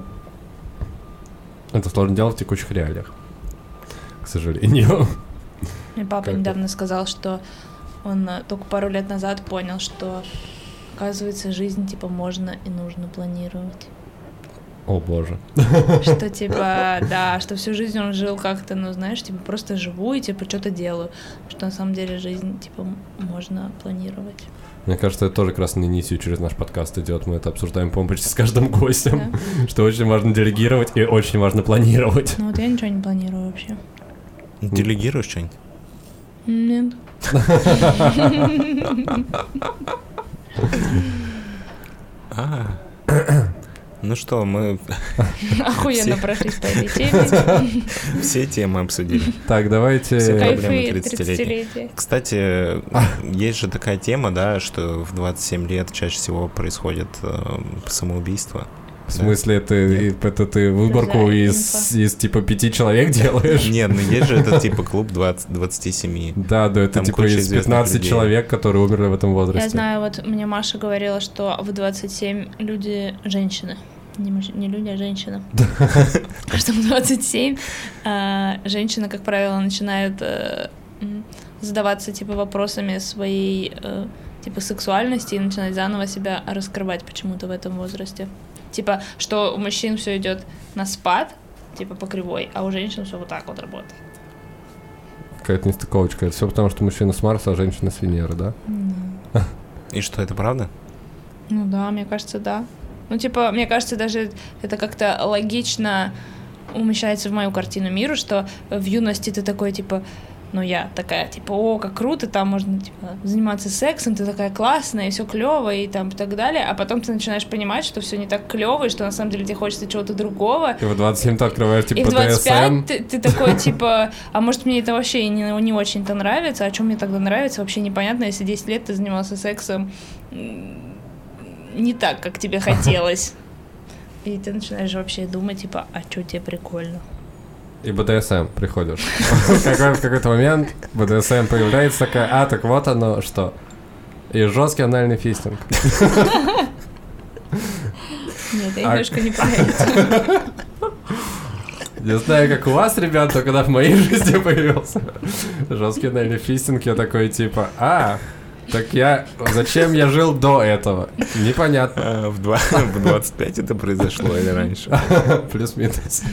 Это сложно делать в текущих реалиях. К сожалению. Мне папа Как недавно сказал, что он э, только пару лет назад понял, что, оказывается, жизнь, типа, можно и нужно планировать. О боже. Что, типа, да, что всю жизнь он жил как-то, ну, знаешь, типа, просто живу и, типа, что-то делаю. Что, на самом деле, жизнь, типа, м- можно планировать. Мне кажется, это тоже красной нитью через наш подкаст идет. Мы это обсуждаем, по-моему, почти с каждым гостем. Да? Что очень важно делегировать и очень важно планировать. Ну, вот я ничего не планирую вообще. Делегируешь что-нибудь? Нет. А. Ну что, мы Охуенно Все- прошлись по этой теме. все темы обсудили. Так, давайте... Все проблемы Кайфы тридцатилетних. тридцатилетия. Кстати, есть же такая тема, да, что в двадцать семь лет чаще всего происходит э, самоубийство. В смысле, ты, это ты выборку За из, из типа пяти человек делаешь? Нет, ну есть же этот типа клуб двадцать, двадцати семи. Да, да, это Там типа куча из известных пятнадцати людей. человек, которые умерли в этом возрасте. Я знаю, вот мне Маша говорила, что в двадцать семь люди женщины. Не, муж- не люди, а женщина. Что в двадцать семь а, женщина, как правило, начинает э, м, задаваться типа вопросами своей э, типа, сексуальности и начинать заново себя раскрывать почему-то в этом возрасте. Типа, что у мужчин все идет на спад, типа, по кривой, а у женщин все вот так вот работает. Какая-то нестыковочка. Это все потому, что мужчина с Марса, а женщина с Венеры, да? Mm. И что, это правда? Ну да, мне кажется, да. Ну, типа, мне кажется, даже это как-то логично умещается в мою картину мира, что в юности ты такой, типа, ну, я такая, типа, о, как круто, там можно, типа, заниматься сексом, ты такая классная, и все клево, и там, и так далее, а потом ты начинаешь понимать, что все не так клево, и что на самом деле тебе хочется чего-то другого. И в двадцать семь ты открываешь, типа, и в двадцать пять бэ дэ эс эм. ты, ты такой, типа, а может, мне это вообще не, не очень-то нравится, а что мне тогда нравится, вообще непонятно, если десять лет ты занимался сексом не так, как тебе хотелось. И ты начинаешь вообще думать, типа, а что тебе прикольно? И бэ дэ эс эм приходишь. В какой-то момент бэ дэ эс эм появляется такая, а, так вот оно что. И жесткий анальный фистинг. Нет, я немножко не про это. Не знаю, как у вас, ребята, когда в моей жизни появился жесткий анальный фистинг, я такой, типа, а, так я... Зачем я жил до этого? Непонятно. А, в, два, в двадцать пять это произошло или раньше? Плюс-минус.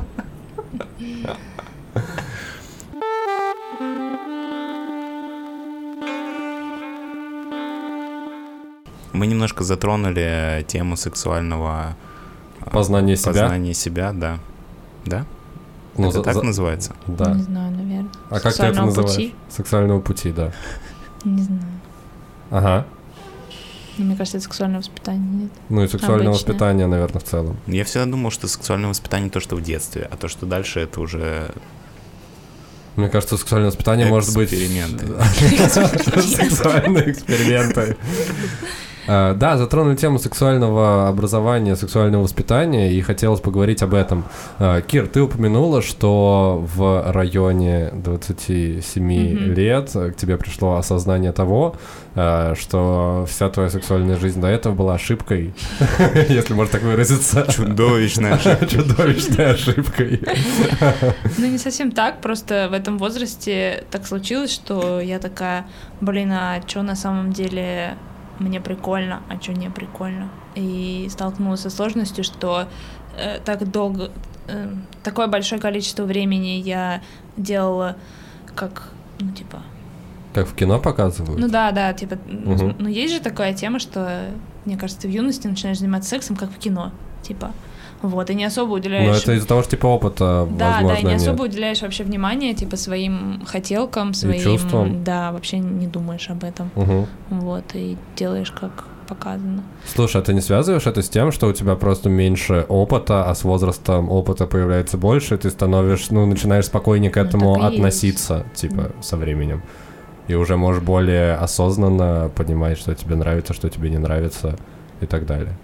Мы немножко затронули тему сексуального познания себя. Познания себя, да. Да? Ну, это за, так за... называется? Да. Не знаю, наверное. А как ты это называешь? Пути? Сексуального пути, да. Не знаю. Ага. Мне кажется, это сексуальное воспитание, нет? Ну и сексуальное Обычное. воспитание, наверное, в целом. Я всегда думал, что сексуальное воспитание то, что в детстве, а то, что дальше, это уже... Мне кажется, сексуальное воспитание может быть... Эксперименты. Сексуальные эксперименты. Uh, да, затронули тему сексуального образования, сексуального воспитания, и хотелось поговорить об этом. Uh, Кир, ты упомянула, что в районе двадцати семи mm-hmm. лет к тебе пришло осознание того, uh, что вся твоя сексуальная жизнь до этого была ошибкой, если можно так выразиться. Чудовищная ошибка. Чудовищной ошибкой. Ну, не совсем так, просто в этом возрасте так случилось, что я такая, блин, а что на самом деле... мне прикольно, а что не прикольно. И столкнулась со сложностью, что э, так долго, э, такое большое количество времени я делала как, ну, типа... Как в кино показывают? Ну да, да, типа, угу. ну есть же такая тема, что, мне кажется, ты в юности начинаешь заниматься сексом, как в кино, типа... Вот, и не особо уделяешь... Ну, это из-за того, что, типа, опыта, да, возможно, да, и не нет. особо уделяешь вообще внимание, типа, своим хотелкам, своим... И чувствам. Да, вообще не думаешь об этом. Угу. Вот, и делаешь, как показано. Слушай, а ты не связываешь это с тем, что у тебя просто меньше опыта, а с возрастом опыта появляется больше, и ты становишься, ну, начинаешь спокойнее к этому ну, относиться, есть. типа, mm. со временем. И уже можешь более осознанно понимать, что тебе нравится, что тебе не нравится и так далее.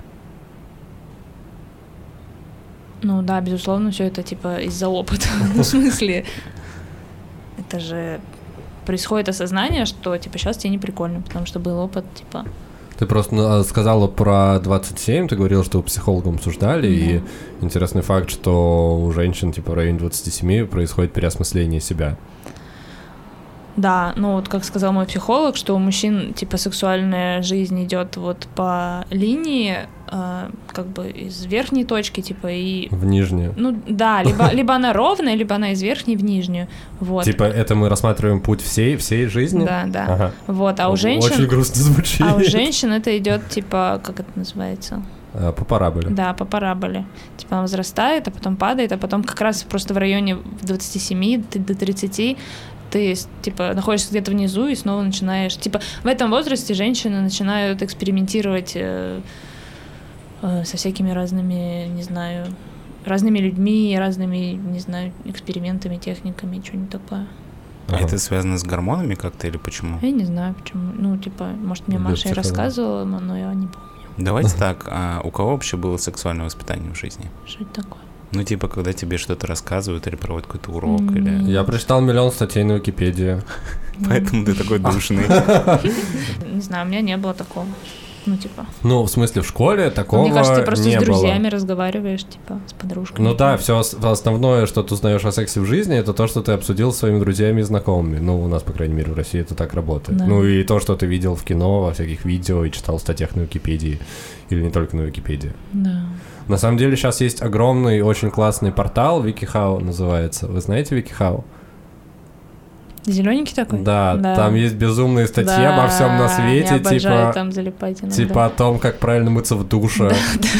Ну да, безусловно, все это типа из-за опыта. Ну, в смысле, это же происходит осознание, что типа сейчас тебе не прикольно, потому что был опыт, типа. Ты просто сказала про двадцать семь, ты говорила, что вы психологом обсуждали, mm-hmm. и интересный факт, что у женщин типа в районе двадцати семи происходит переосмысление себя. Да, ну вот как сказал мой психолог, что у мужчин типа сексуальная жизнь идет вот по линии, э, как бы из верхней точки, типа и... В нижнюю. Ну да, либо, либо она ровная, либо она из верхней в нижнюю, вот. Типа это мы рассматриваем путь всей, всей жизни? Да, да. Ага. Вот, а у женщин... Очень грустно звучит. А у женщин это идет типа, как это называется? А, по параболе. Да, по параболе. Типа она возрастает, а потом падает, а потом как раз просто в районе двадцати семи до тридцати ты, типа, находишься где-то внизу и снова начинаешь... Типа, в этом возрасте женщины начинают экспериментировать э, э, со всякими разными, не знаю, разными людьми, разными, не знаю, экспериментами, техниками, что-нибудь такое. А ага. Это связано с гормонами как-то или почему? Я не знаю, почему. Ну, типа, может, мне Маша и рассказывала, но я не помню. Давайте так, а у кого вообще было сексуальное воспитание в жизни? Что это такое? Ну, типа, когда тебе что-то рассказывают или проводят какой-то урок, mm-hmm. или... Я прочитал миллион статей на Википедии. Поэтому ты такой душный. Не знаю, у меня не было такого. Ну, типа. Ну, в смысле, в школе такого не было. Мне кажется, ты просто не с друзьями было. разговариваешь, типа, с подружками. Ну да, все основное, что ты узнаешь о сексе в жизни, это то, что ты обсудил с своими друзьями и знакомыми. Ну, у нас, по крайней мере, в России это так работает. Да. Ну и то, что ты видел в кино, во всяких видео и читал в статьях на Википедии. Или не только на Википедии. Да. На самом деле сейчас есть огромный, очень классный портал, WikiHow называется. Вы знаете WikiHow? Зелененький такой? Да, Да. там есть безумные статьи Да, обо всем на свете, я обожаю типа, там залипать иногда. типа о том, как правильно мыться в душе.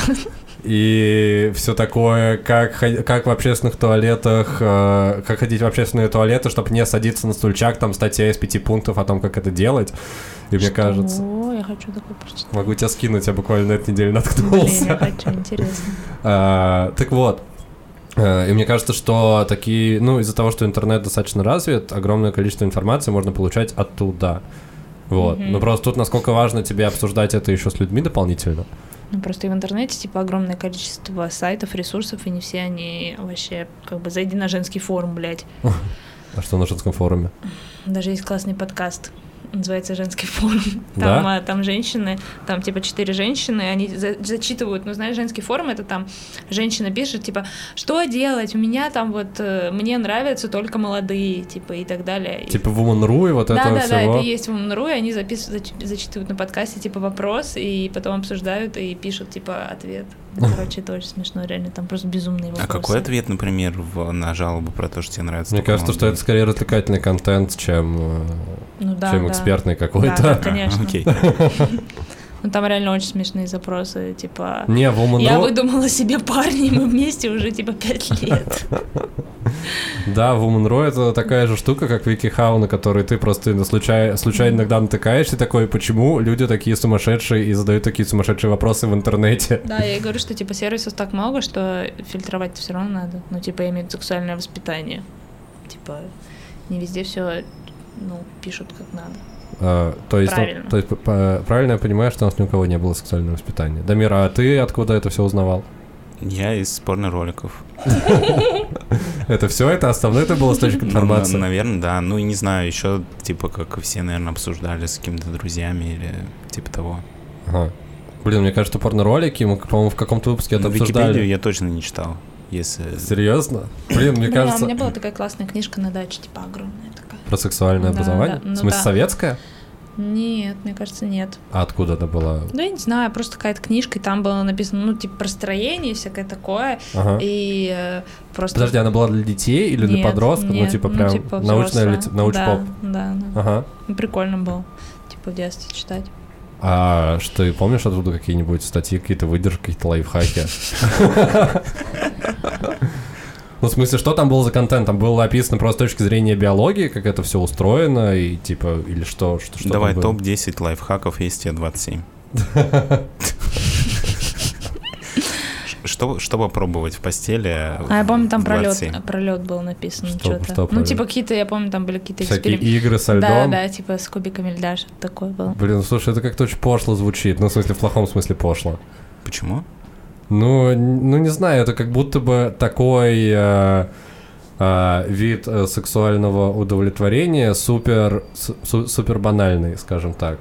И все такое, как, хо- как в общественных туалетах, э, как ходить в общественные туалеты, чтобы не садиться на стульчак, там статья из пяти пунктов о том, как это делать. И мне Что? кажется, Я хочу такой прочитать. могу тебя скинуть, я буквально на этой неделе Блин, наткнулся. я хочу, интересно. А, так вот, э, и мне кажется, что такие, ну, из-за того, что интернет достаточно развит, огромное количество информации можно получать оттуда. Вот. Мгм. Но просто тут насколько важно тебе обсуждать это еще с людьми дополнительно. Ну, просто и в интернете, типа, огромное количество сайтов, ресурсов, и не все они вообще, как бы, зайди на женский форум, блядь. А что на женском форуме? Даже есть классный подкаст, называется «Женский форум». Да? Там, а, там женщины, там типа четыре женщины, они за- зачитывают, ну, знаешь, женский форум, это там женщина пишет, типа, что делать, у меня там вот, э, мне нравятся только молодые, типа, и так далее. И- Типа Woman.ru и вот да, этого да, да, всего? это и есть в Woman.ru, и они записывают, зач- зачитывают на подкасте, типа, вопрос, и потом обсуждают, и пишут, типа, ответ. Ну, короче, это очень смешно, реально, там просто безумные вопросы. А какой ответ, например, в, на жалобу про то, что тебе нравится? Мне только кажется, что молодые? это скорее развлекательный контент, чем, э, Ну да, чем да. экспертный Да, какой-то. да, конечно. А, окей. Ну, там реально очень смешные запросы, типа... Не, в Woman.ru... Я выдумала себе парня, и мы вместе уже типа пять лет. Да, в Woman.ru это такая же штука, как WikiHow, на которой ты просто на случай... случайно иногда натыкаешься, такой, почему люди такие сумасшедшие и задают такие сумасшедшие вопросы в интернете. Да, я и говорю, что типа сервисов так много, что фильтровать все равно надо. Ну, типа, я имею в виду сексуальное воспитание. Типа, не везде все, ну, пишут как надо. А, то есть, ну, Правильно. то есть п- п- правильно я понимаю, что у нас ни у кого не было сексуального воспитания. Дамира, а ты откуда это все узнавал? Я из порно-роликов. Это все, это основной это был источник информации? Ну, наверное, да. Ну, и не знаю, еще, типа, как все, наверное, обсуждали с какими-то друзьями или типа того. Ага. Блин, мне кажется, порно-ролики, мы, по-моему, в каком-то выпуске это Ну, Википедию обсуждали. я точно не читал. Если... Серьезно? Блин, мне Блин, кажется... а у меня была такая классная книжка на даче, типа, огромная такая. Про сексуальное Да, образование? да, ну В смысле, да. советское? Нет, мне кажется, нет. А откуда это была? Ну, я не знаю, просто какая-то книжка, и там было написано, ну, типа, про строение и всякое такое. Ага. И э, просто... Подожди, она была для детей или для Нет, подростков? нет, ну, типа, прям типа научная взрослая. лит... науч-поп. Да, да, да. Ага. Ну, прикольно было, типа, в детстве читать. А что, ты помнишь оттуда какие-нибудь статьи, какие-то выдержки, какие-то лайфхаки? Ну, в смысле, что там был за контент? Там было описано просто с точки зрения биологии, как это все устроено, и типа, или что? что, что Давай там было? топ десять лайфхаков, есть тебе двадцать семь. Что, что попробовать в постели? А я помню, там в пролет, двадцать семь? пролет был написан. Что- что-то. что Ну, пролет? типа, какие-то, я помню, там были какие-то Всякие эксперименты. игры со Да, льдом? да, типа, с кубиками льда, что-то такое было. Блин, слушай, это как-то очень пошло звучит. Ну, в смысле, в плохом смысле пошло. Почему? Ну, н- ну не знаю, это как будто бы такой э, э, вид э, сексуального удовлетворения супер, су- су- супер банальный, скажем так.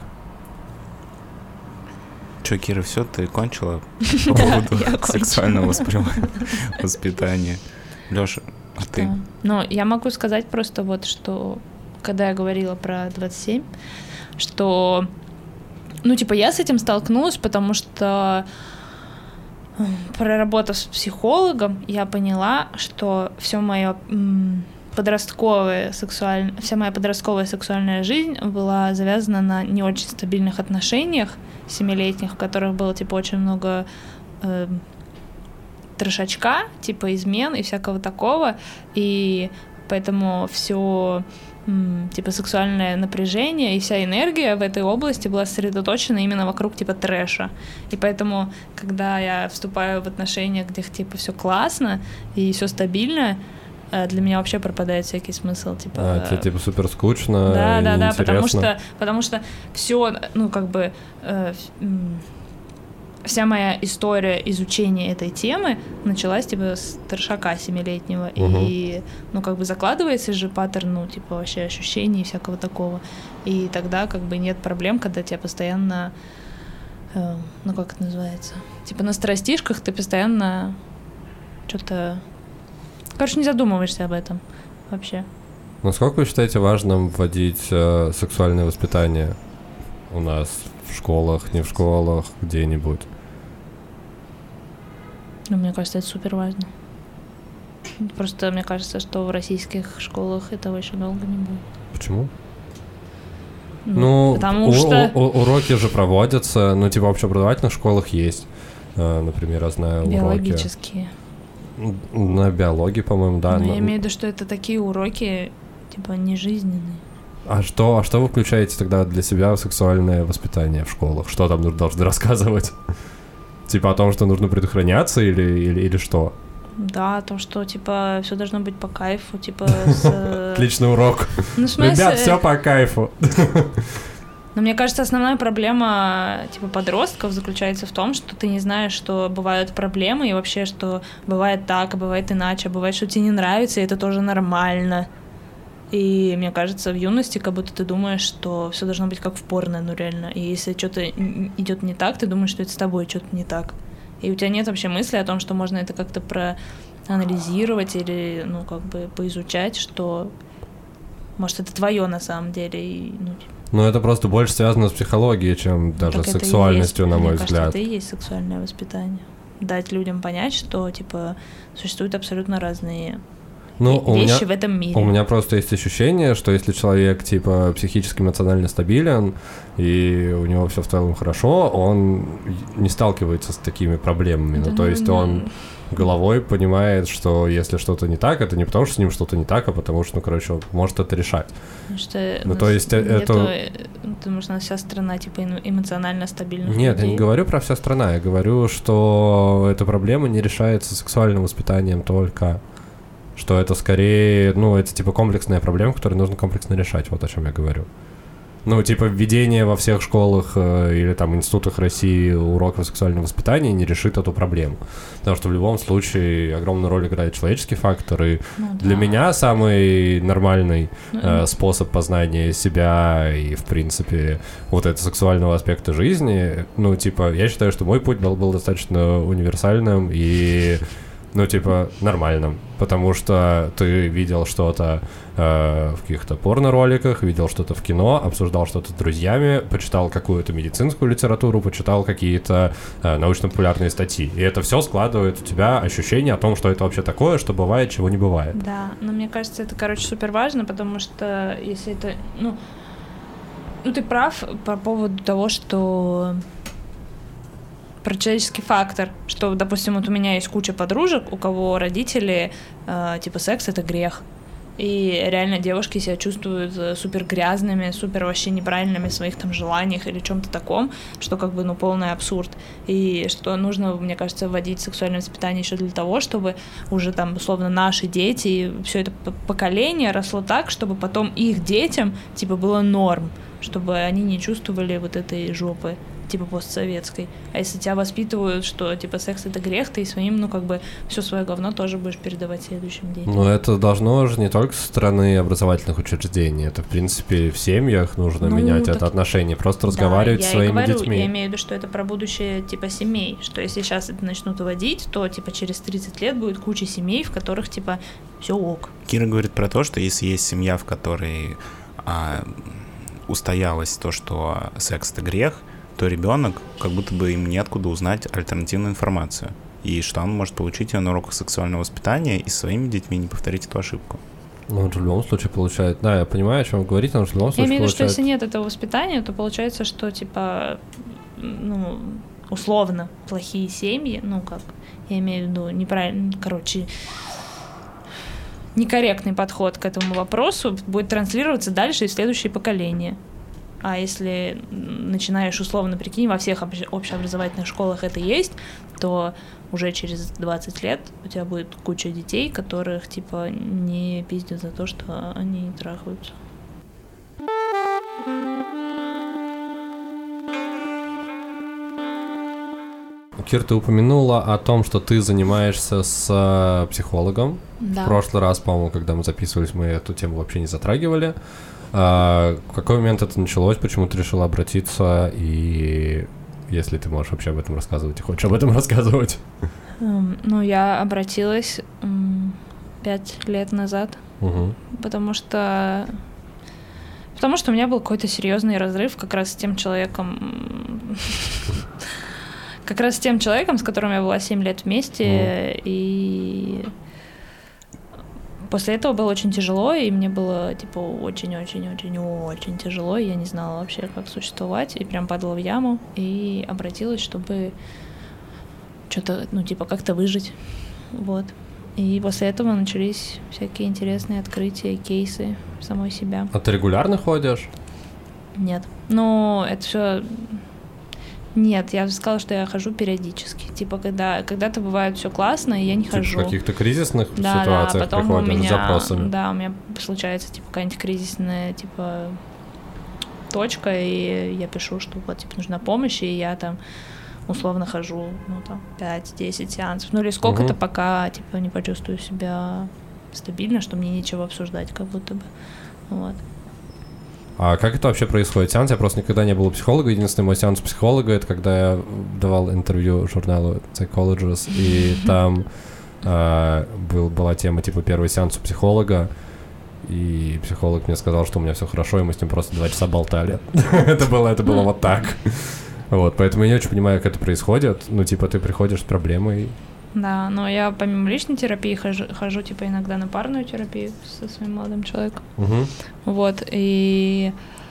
Че, Кира, все, ты кончила по поводу я кончила. сексуального восприма- воспитания? Лёша, а ты? Да. Ну, я могу сказать просто вот, что когда я говорила про двадцать семь, что, ну, типа, я с этим столкнулась, потому что, м, проработав с психологом, я поняла, что все мое подростковая сексуальная, вся моя подростковая сексуальная жизнь была завязана на не очень стабильных отношениях семилетних, в которых было, типа, очень много э, трешачка, типа измен и всякого такого, и поэтому все типа сексуальное напряжение и вся энергия в этой области была сосредоточена именно вокруг типа трэша. И поэтому, когда я вступаю в отношения, где типа все классно и все стабильно, для меня вообще пропадает всякий смысл, типа. А, тебе типа супер скучно. Да, и да, да, неинтересно. потому что, потому что все, ну как бы э, вся моя история изучения этой темы началась типа с трешака семилетнего, Угу. и ну как бы закладывается же паттерн, ну типа вообще ощущений и всякого такого, и тогда как бы нет проблем, когда тебя постоянно э, ну как это называется, типа на страстишках ты постоянно что-то, короче, не задумываешься об этом вообще. Насколько вы считаете важным вводить э, сексуальное воспитание у нас в школах, не в школах, где-нибудь? Ну, мне кажется, это супер важно. Просто мне кажется, что в российских школах этого еще долго не будет. Почему? Ну, Ну, потому у- что у- у- уроки же проводятся, ну, типа в общеобразовательных школах есть. Э, например, я знаю уроки. биологические. На биологии, по-моему, да. Но на- я имею в виду, что это такие уроки, типа, не жизненные. А что, а что вы включаете тогда для себя в сексуальное воспитание в школах? Что там нужно- должны рассказывать? Типа о том, что нужно предохраняться или, или, или что? Да, то, что, типа, все должно быть по кайфу, типа, с... Отличный урок. Ну, в смысле... Ребят, все по кайфу. Но мне кажется, основная проблема, типа, подростков заключается в том, что ты не знаешь, что бывают проблемы, и вообще, что бывает так, а бывает иначе, а бывает, что тебе не нравится, и это тоже нормально. И мне кажется, в юности как будто ты думаешь, что все должно быть как в порно, ну реально. И если что-то идет не так, ты думаешь, что это с тобой что-то не так. И у тебя нет вообще мысли о том, что можно это как-то проанализировать или, ну, как бы поизучать, что, может, это твое на самом деле. И, ну, Ну, это просто больше связано с психологией, чем даже так с это и сексуальностью, есть, на мой мне кажется, взгляд. это и есть сексуальное воспитание. Дать людям понять, что, типа, существуют абсолютно разные Ну, у вещи меня, в этом мире. у меня просто есть ощущение, что если человек, типа, психически, эмоционально стабилен, и у него все в целом хорошо, он не сталкивается с такими проблемами. Да, Ну, то ну, есть ну, он головой понимает, что если что-то не так, это не потому, что с ним что-то не так, а потому что, ну, короче, он может это решать. Потому что Ну, у то нас есть э- нету, это- э, Потому что у нас вся страна, типа, эмо- эмоционально стабильных Нет, я людей. не говорю про вся страна, я говорю, что эта проблема не решается сексуальным воспитанием только. Что это скорее, ну, это типа комплексная проблема, которую нужно комплексно решать, вот о чем я говорю. Ну, типа введение во всех школах э, или там институтах России уроков сексуального воспитания не решит эту проблему. Потому что в любом случае огромную роль играет человеческий фактор, и Ну, для да. меня самый нормальный Ну, э, способ познания себя и, в принципе, вот этого сексуального аспекта жизни, ну, типа, я считаю, что мой путь был, был достаточно универсальным и, ну, типа, нормальным, потому что ты видел что-то э, в каких-то порно-роликах, видел что-то в кино, обсуждал что-то с друзьями, почитал какую-то медицинскую литературу, почитал какие-то э, научно-популярные статьи, и это все складывает у тебя ощущение о том, что это вообще такое, что бывает, чего не бывает. Да, но мне кажется, это, короче, супер важно, потому что если это, ну, ну ты прав по поводу того, что про человеческий фактор, что, допустим, вот у меня есть куча подружек, у кого родители, э, типа, секс — это грех. И реально девушки себя чувствуют э, супер грязными, супер вообще неправильными в своих там желаниях или чем-то таком, что как бы, ну, полный абсурд. И что нужно, мне кажется, вводить сексуальное воспитание еще для того, чтобы уже там, условно, наши дети и все это п- поколение росло так, чтобы потом их детям, типа, было норм, чтобы они не чувствовали вот этой жопы, типа, постсоветской. А если тебя воспитывают, что, типа, секс — это грех, ты своим, ну, как бы, все свое говно тоже будешь передавать следующим детям. Но это должно же не только со стороны образовательных учреждений, это, в принципе, в семьях нужно Ну, менять так- это отношение, просто разговаривать Да, с я и своими говорю, детьми. Я имею в виду, что это про будущее, типа, семей, что если сейчас это начнут вводить, то, типа, через тридцать лет будет куча семей, в которых, типа, все ок. Кира говорит про то, что если есть семья, в которой а, устоялось то, что секс — это грех, то ребенок, как будто бы им неоткуда узнать альтернативную информацию. И что он может получить ее на уроках сексуального воспитания и со своими детьми не повторить эту ошибку. Ну, он же в любом случае получает... Да, я понимаю, о чем вы говорите, но в любом Я случае имею в виду, что получает... если нет этого воспитания, то получается, что, типа, ну, условно, плохие семьи, ну, как, я имею в виду, неправильно, короче, некорректный подход к этому вопросу будет транслироваться дальше и в следующее поколение. А если начинаешь, условно, прикинь, во всех обще- общеобразовательных школах это есть, то уже через двадцать лет у тебя будет куча детей, которых, типа, не пиздят за то, что они трахаются. Кир, ты упомянула о том, что ты занимаешься с э, психологом. Да. В прошлый раз, по-моему, когда мы записывались, мы эту тему вообще не затрагивали. А, в какой момент это началось, почему ты решила обратиться, и если ты можешь вообще об этом рассказывать и хочешь об этом рассказывать. Эм, Ну, я обратилась м, пять лет назад, Угу. потому что... Потому что у меня был какой-то серьезный разрыв как раз с тем человеком... Как раз с тем человеком, с которым я была семь лет вместе, и... После этого было очень тяжело, и мне было, типа, очень-очень-очень-очень тяжело, и я не знала вообще, как существовать, и прям падала в яму, и обратилась, чтобы что-то, ну, типа, как-то выжить, вот. И после этого начались всякие интересные открытия, кейсы самой себя. А ты регулярно ходишь? Нет. Ну, это все... Нет, я сказала, что я хожу периодически. Типа, когда, когда-то бывает все классно, и я не Типа хожу. в каких-то кризисных Да, ситуациях да, потом у приходишь меня, с запросами? Да, у меня случается, типа, какая-нибудь кризисная, типа, точка, и я пишу, что вот, типа, нужна помощь, и я там условно хожу, ну, там, пять-десять сеансов, ну, или сколько-то, Мгм. пока, типа, не почувствую себя стабильно, что мне нечего обсуждать, как будто бы, вот. А как это вообще происходит? Сеанс? Я просто никогда не был у психолога. Единственный мой сеанс психолога — это когда я давал интервью журналу Psychologist, и там э, был, была тема типа первый сеанс у психолога, и психолог мне сказал, что у меня все хорошо, и мы с ним просто два часа болтали. Это было, это было вот так. Вот, поэтому я не очень понимаю, как это происходит. Ну, типа, ты приходишь с проблемой. Да, но я помимо личной терапии хожу, хожу, типа, иногда на парную терапию со своим молодым человеком. Угу. Вот, и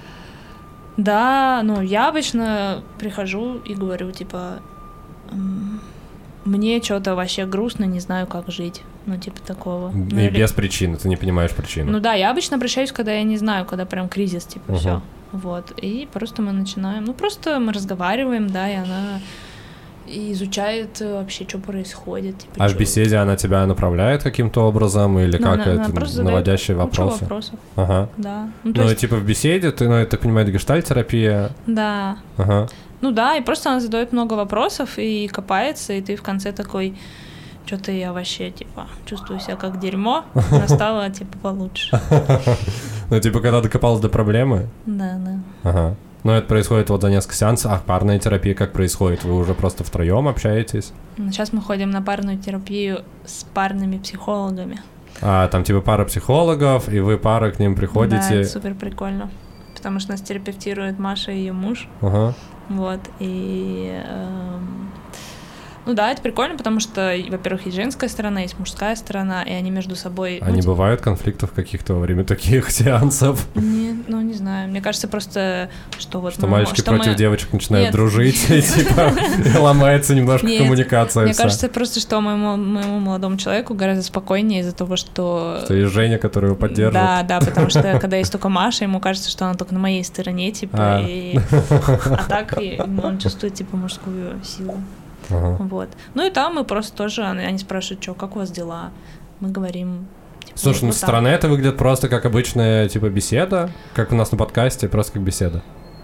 да, ну, я обычно прихожу и говорю, типа, м, мне что-то вообще грустно, не знаю, как жить, ну, типа такого. Ну, И или- без причины, ты не понимаешь причину. Ну да, я обычно обращаюсь, когда я не знаю, когда прям кризис, типа, Мгм. все. Вот, и просто мы начинаем, ну, просто мы разговариваем, да, и она и изучает э, вообще, что происходит. Типа, А в чё- беседе она тебя направляет каким-то образом, или Ну, как она- она это, просто задает наводящие кучу вопросы? вопросов, Ага. да. Ну, то Ну, есть, типа в беседе, ты, ну, я так понимаю, это гештальт-терапия. да. Ага. Ну да, и просто она задает много вопросов и копается, и ты в конце такой, что-то я вообще, типа, чувствую себя как дерьмо, настало, типа, получше. Ну, типа, когда докопалась до проблемы. Да, да. Ага. Но это происходит вот за несколько сеансов. А парная терапия как происходит? Вы уже просто втроем общаетесь? Сейчас мы ходим на парную терапию с парными психологами. А там типа пара психологов, и вы пара к ним Да, приходите. это супер прикольно. Потому что нас терапевтирует Маша и ее муж. Ага. Вот, и... эм, ну да, это прикольно, потому что, во-первых, есть женская сторона, есть мужская сторона, и они между собой... А ну, не типа, бывает конфликтов каких-то во время таких сеансов? Не, ну, не знаю. Мне кажется просто, что вот... Что мы- мальчики что против мы- девочек начинают Нет. дружить, и типа ломается немножко Нет, коммуникация Мне вся. кажется просто, что моему, моему молодому человеку гораздо спокойнее из-за того, что... Что есть Женя, который его поддерживает. Да, да, потому что когда есть только Маша, ему кажется, что она только на моей стороне, типа, А. и... А так и он чувствует, типа, мужскую силу. Ага. Вот. Ну и там мы просто тоже, они они спрашивают, что, как у вас дела? Мы говорим... типа, Слушай, ну вот со так. стороны это выглядит просто как обычная типа беседа, как у нас на подкасте, просто как беседа.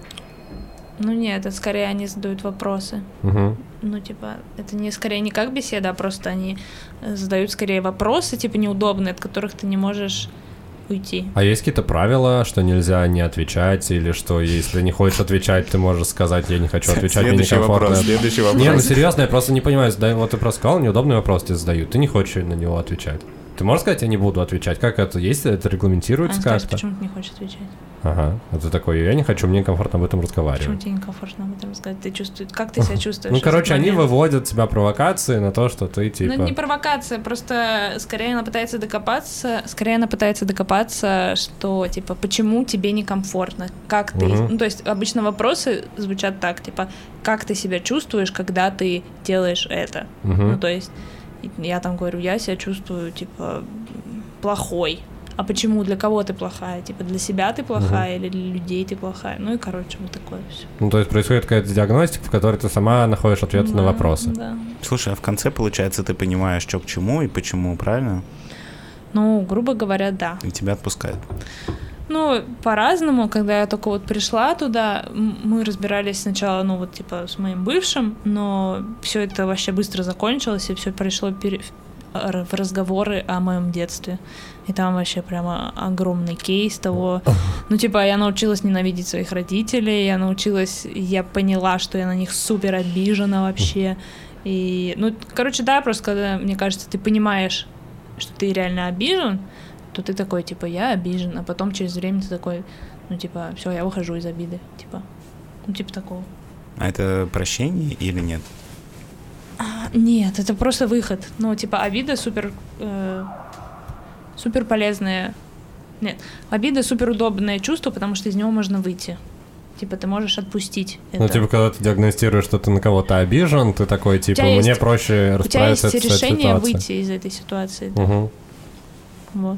Ну нет, это скорее они задают вопросы. Угу. Ну, типа, это не скорее не как беседа, а просто они э, задают скорее вопросы, типа, неудобные, от которых ты не можешь уйти. А есть какие-то правила, что нельзя не отвечать, или что если не хочешь отвечать, ты можешь сказать, я не хочу отвечать, мне Следующий некомфортно. вопрос, следующий вопрос. Не, ну серьезно, я просто не понимаю, задай- вот ты просто сказал, неудобный вопрос тебе задают, ты не хочешь на него отвечать. Ты можешь сказать, я не буду отвечать? Как это? Есть это регламентируется Она скажет, как-то? почему ты не хочешь отвечать? Ага. А ты такой, я не хочу, мне комфортно об этом Почему разговаривать. тебе некомфортно об этом рассказать? Ты чувствуешь, как ты себя чувствуешь? Ну, в короче, этот они момент? выводят тебя провокации на то, что ты Ну, типа... это не провокация, просто скорее она пытается докопаться, скорее она пытается докопаться, что, типа, почему тебе некомфортно, как ты, Мгм. ну, то есть обычно вопросы звучат так, типа, как ты себя чувствуешь, когда ты делаешь это, Мгм. ну, то есть я там говорю, я себя чувствую, типа, плохой, а почему, для кого ты плохая, типа, для себя ты плохая или для людей ты плохая, ну, и, короче, вот такое все. Ну, то есть происходит какая-то диагностика, в которой ты сама находишь ответы на вопросы. Да. Слушай, а в конце, получается, ты понимаешь, что к чему и почему, правильно? Ну, грубо говоря, да. И тебя отпускают. Ну, по-разному, когда я только вот пришла туда, м- мы разбирались сначала, ну, вот, типа, с моим бывшим, но все это вообще быстро закончилось, и все пришло пере- в разговоры о моем детстве. И там вообще прямо огромный кейс того. Ну, типа, я научилась ненавидеть своих родителей, я научилась, я поняла, что я на них супер обижена вообще. И, ну, короче, да, просто когда, мне кажется, ты понимаешь, что ты реально обижен, то ты такой, типа, я обижен, а потом через время ты такой, ну, типа, все, я выхожу из обиды, типа, ну, типа такого. А это прощение или нет? А, нет, это просто выход. Ну, типа, обида супер, э, супер полезная. Нет, обида супер удобное чувство, потому что из него можно выйти. Типа, ты можешь отпустить это. Ну, типа, когда ты диагностируешь, что ты на кого-то обижен, ты такой, типа, мне есть, проще расправиться с этой ситуацией. У тебя есть решение выйти из этой ситуации. Да. Угу. Вот.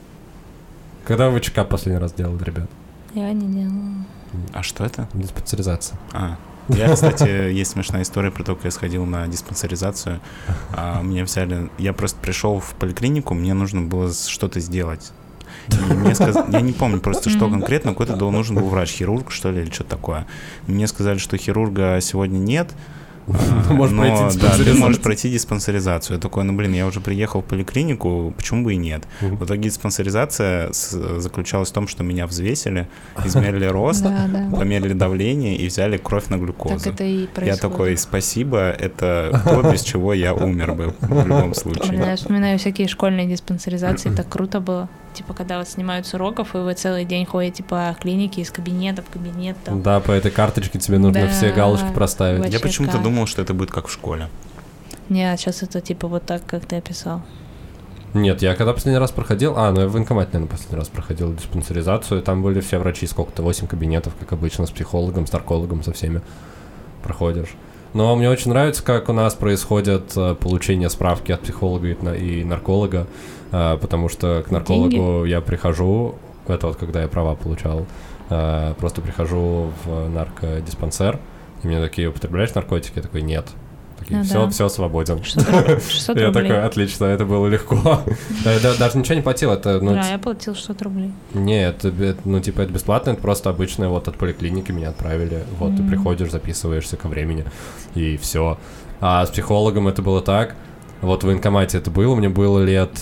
Когда вы чекап последний раз делали, ребят? Я не делала. А что это? Диспансеризация. А, я, кстати, есть смешная история про то, как я сходил на диспансеризацию. А, меня взяли... Я просто пришел в поликлинику, мне нужно было что-то сделать. И мне сказали, я не помню просто, что конкретно, какой-то был, нужен был врач, хирург, что ли, или что-то такое. Мне сказали, что хирурга сегодня нет, но, но да, ты можешь пройти диспансеризацию. Я такой, ну блин, я уже приехал в поликлинику, почему бы и нет? Uh-huh. В итоге диспансеризация с, заключалась в том, что меня взвесили, измерили рост, да, да. померили давление и взяли кровь на глюкозу. Так это и происходит. Я такой, спасибо, это то, без чего я умер бы в любом случае. Блин, я вспоминаю всякие школьные диспансеризации, так круто было. Типа, когда вас снимают с уроков, и вы целый день ходите по клинике из кабинета в кабинет. Там. Да, по этой карточке тебе нужно да, все галочки проставить. Вообще я почему-то как? думал, что это будет как в школе. Нет, сейчас это типа вот так, как ты описал. Нет, я когда последний раз проходил... А, ну я в военкомате, наверное, последний раз проходил диспансеризацию, там были все врачи, сколько-то, восемь кабинетов, как обычно, с психологом, с наркологом, со всеми проходишь. Но мне очень нравится, как у нас происходит получение справки от психолога и нарколога, потому что к наркологу Деньги? я прихожу, это вот когда я права получал, просто прихожу в наркодиспансер, и мне такие, употребляешь наркотики? Я такой, нет. Такие, а, все, да. все, свободен. шестьсот Я рублей. такой, отлично, это было легко. Даже ничего не платил, это... Да, я платил шестьсот рублей. Нет, ну типа это бесплатно, это просто обычное, вот от поликлиники меня отправили, вот ты приходишь, записываешься ко времени, и все. А с психологом это было так, вот в военкомате это было, мне было лет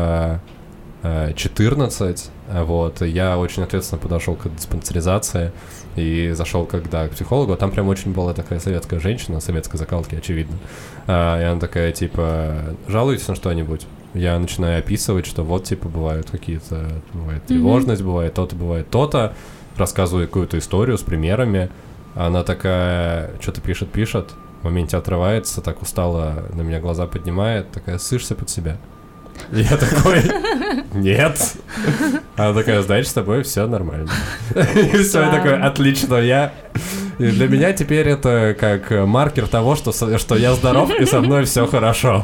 четырнадцать, вот, я очень ответственно подошел к диспансеризации и зашел когда к психологу, там прям очень была такая советская женщина, советской закалки, очевидно, а, и она такая, типа, жалуетесь на что-нибудь? Я начинаю описывать, что вот, типа, бывают какие-то, бывает тревожность, mm-hmm. бывает то-то, бывает то-то, рассказываю какую-то историю с примерами, она такая, что-то пишет-пишет, в моменте отрывается, так устало на меня глаза поднимает, такая, ссышься под себя. Я такой, нет. Она такая, значит, с тобой все нормально. И все, я такой, отлично, я... И для меня теперь это как маркер того, что, что я здоров и со мной все хорошо.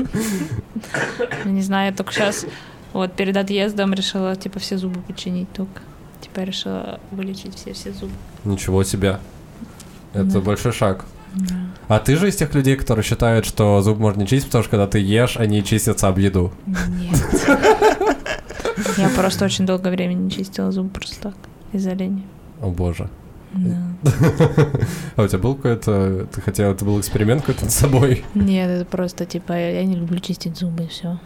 Не знаю, я только сейчас, вот перед отъездом решила, типа, все зубы починить только. Типа, я решила вылечить все-все зубы. Ничего себе. Это да. большой шаг. Да. А ты же из тех людей, которые считают, что зуб можно не чистить, потому что когда ты ешь, они чистятся об еду. Нет. Я просто очень долгое время не чистила зубы просто так, из-за лени. О боже. Да. А у тебя был какой-то... Ты хотела... Это был эксперимент какой-то над собой? Нет, это просто, типа, я не люблю чистить зубы, и все.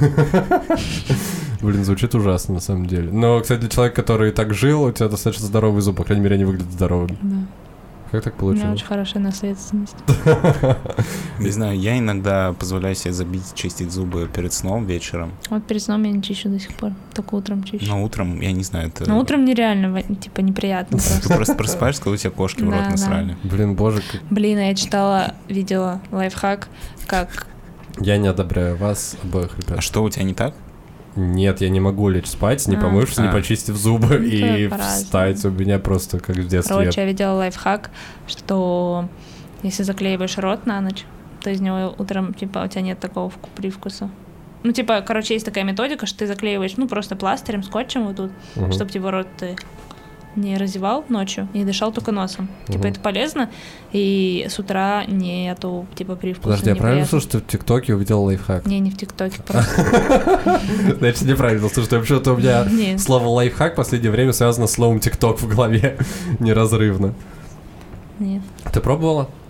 Блин, звучит ужасно, на самом деле. Но, кстати, для человека, который так жил, у тебя достаточно здоровый зуб, по крайней мере, они выглядят здоровыми. Да. Как так У получилось? меня очень хорошая наследственность. Не знаю, я иногда позволяю себе забить чистить зубы перед сном вечером. Вот перед сном я не чищу до сих пор, только утром чищу. Но утром, я не знаю, это... Но утром нереально, типа, неприятно просто. Ты просто просыпаешься, когда у тебя кошки в рот Да, насрали. Блин, боже, как... Блин, я читала, видела лайфхак, как... Я не одобряю вас обоих, ребят. А что, у тебя не так? Нет, я не могу лечь спать, не А. помывшись, не А. почистив зубы Ну, и по-разному. встать. У меня просто как в детстве. Короче, я видела лайфхак, что если заклеиваешь рот на ночь, то из него утром, типа, у тебя нет такого вку- привкуса. Ну, типа, короче, есть такая методика, что ты заклеиваешь, ну, просто пластырем, скотчем вот тут, Мгм. чтобы, типа, рот ты не разевал ночью и дышал только носом. Типа, Мгм. это полезно, и с утра нету, типа, привкуса. Подожди, я правильно неприятного. слышу, что ты в ТикТоке увидел лайфхак? Не, не в ТикТоке, просто. Значит, неправильно слышу, что вообще-то у меня Нет. слово лайфхак в последнее время связано с словом ТикТок в голове неразрывно. Нет. Ты пробовала?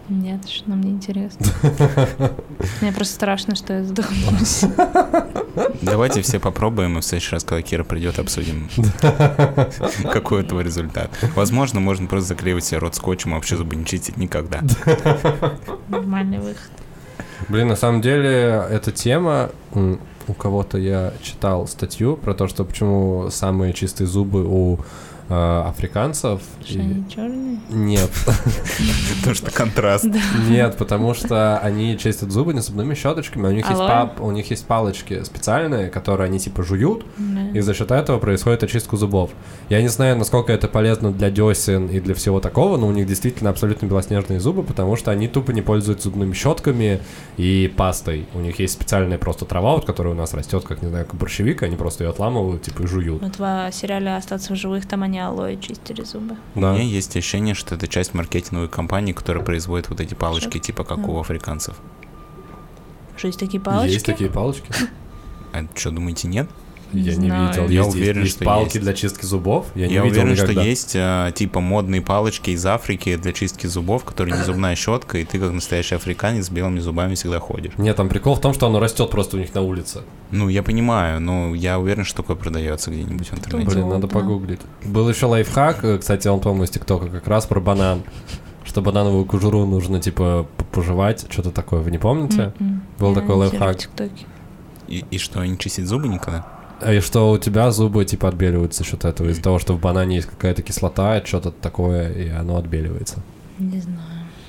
Нет, что мне интересно. Мне просто страшно, что я задохнусь. Давайте все попробуем, и в следующий раз, когда Кира придет, обсудим, какой твой результат. Возможно, можно просто заклеивать себе рот скотчем, а вообще зубы не чистить никогда. Нормальный выход. Блин, на самом деле, эта тема... У кого-то я читал статью про то, что почему самые чистые зубы у э, африканцев. Что и... они черные? Нет. Потому что контраст. Нет, потому что они чистят зубы не зубными щеточками, у них есть пап, у них есть палочки специальные, которые они типа жуют, и за счет этого происходит очистка зубов. Я не знаю, насколько это полезно для десен и для всего такого, но у них действительно абсолютно белоснежные зубы, потому что они тупо не пользуются зубными щетками и пастой. У них есть специальная просто трава, вот, которая у нас растет, как, не знаю, как борщевик, они просто ее отламывают, типа, и жуют. Вот в сериале «Остаться в живых» там они алоэ чистили зубы. Да. У меня есть ощущение, что это часть маркетинговой компании, которая производит вот эти палочки, типа как mm. у африканцев. Что, есть такие палочки? Есть такие палочки. А что, думаете, нет? Я не, не видел. Я есть, уверен, есть что палки есть. для чистки зубов. Я, Я не видел уверен, никогда. что есть а, типа модные палочки из Африки для чистки зубов, которые не зубная щетка, и ты как настоящий африканец с белыми зубами всегда ходишь. Нет, там прикол в том, что оно растет просто у них на улице. Ну, я понимаю, но я уверен, что такое продается где-нибудь в интернете. Блин, надо погуглить. Был еще лайфхак, кстати, он, по-моему, из ТикТока, как раз про банан. Что банановую кожуру нужно, типа, пожевать, что-то такое, вы не помните? Mm-mm. Был я такой лайфхак. И, и что, не чистить зубы никогда? И что у тебя зубы, типа, отбеливаются за счет этого, из-за того, что в банане есть какая-то кислота, что-то такое, и оно отбеливается. Не знаю.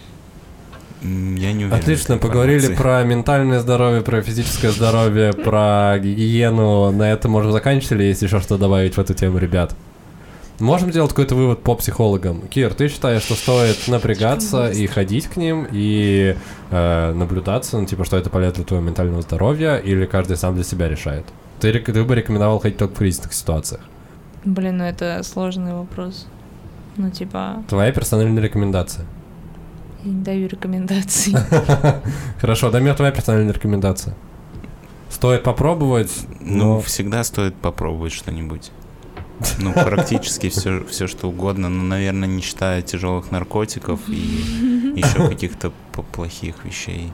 Я не уверен. Отлично, поговорили про ментальное здоровье, про физическое здоровье, про гигиену. На этом можем заканчивать, или есть еще что добавить в эту тему, ребят? Можем делать какой-то вывод по психологам? Кир, ты считаешь, что стоит напрягаться и ходить к ним, и э, наблюдаться, ну, типа, что это полезно для твоего ментального здоровья, или каждый сам для себя решает? Ты, ты бы рекомендовал ходить только в кризисных ситуациях? Блин, ну это сложный вопрос. Ну, типа... Твоя персональная рекомендация? Я не даю рекомендаций. Хорошо, дай мне твоя персональная рекомендация. Стоит попробовать, Ну, но... всегда стоит попробовать что-нибудь. Ну, практически все, все что угодно, но, наверное, не считая тяжелых наркотиков и еще каких-то плохих вещей.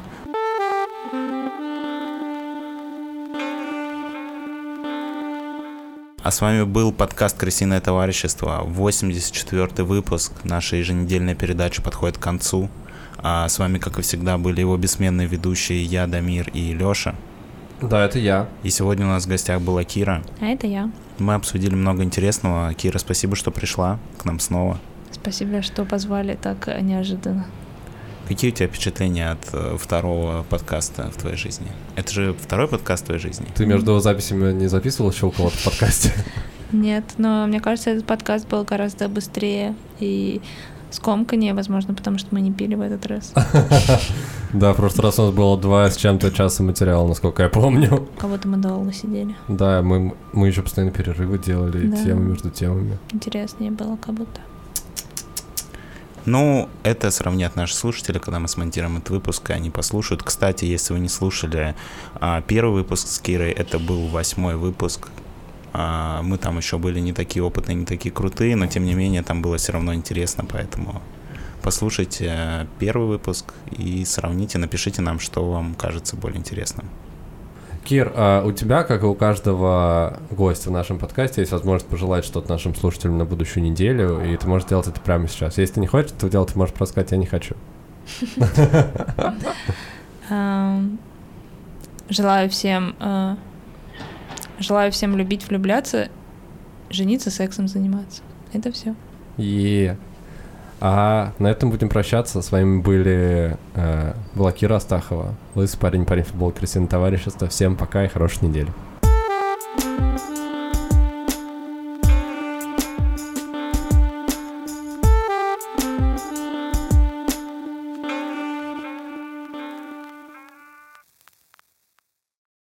А с вами был подкаст «Крысиное товарищество», восемьдесят четвёртый выпуск. Наша еженедельная передача подходит к концу. А с вами, как и всегда, были его бессменные ведущие я, Дамир и Лёша. Да, это я. И сегодня у нас в гостях была Кира. А это я. Мы обсудили много интересного. Кира, спасибо, что пришла к нам снова. Спасибо, что позвали так неожиданно. Какие у тебя впечатления от э, второго подкаста в твоей жизни? Это же второй подкаст в твоей жизни? Ты между записями не записывал еще у кого-то в подкасте? Нет, но мне кажется, этот подкаст был гораздо быстрее и скомканнее, возможно, потому что мы не пили в этот раз. Да, в прошлый раз у нас было два с чем-то часа материала, насколько я помню. Кого-то мы долго сидели. Да, мы, мы еще постоянно перерывы делали, Да. темы между темами. Интереснее было как будто. Ну, это сравнят наши слушатели, когда мы смонтируем этот выпуск, и они послушают. Кстати, если вы не слушали а, первый выпуск с Кирой, это был восьмой выпуск. А, мы там еще были не такие опытные, не такие крутые, но тем не менее там было все равно интересно, поэтому послушайте первый выпуск и сравните, напишите нам, что вам кажется более интересным. Кир, а у тебя, как и у каждого гостя в нашем подкасте, есть возможность пожелать что-то нашим слушателям на будущую неделю, и ты можешь делать это прямо сейчас. Если ты не хочешь этого делать, ты можешь просто сказать: я не хочу. Желаю всем желаю всем любить, влюбляться, жениться, сексом заниматься. Это все. И а на этом будем прощаться. С вами были э, была Кира Астахова, лысый парень, парень футбол, крысиное товарищество. Всем пока и хорошей недели.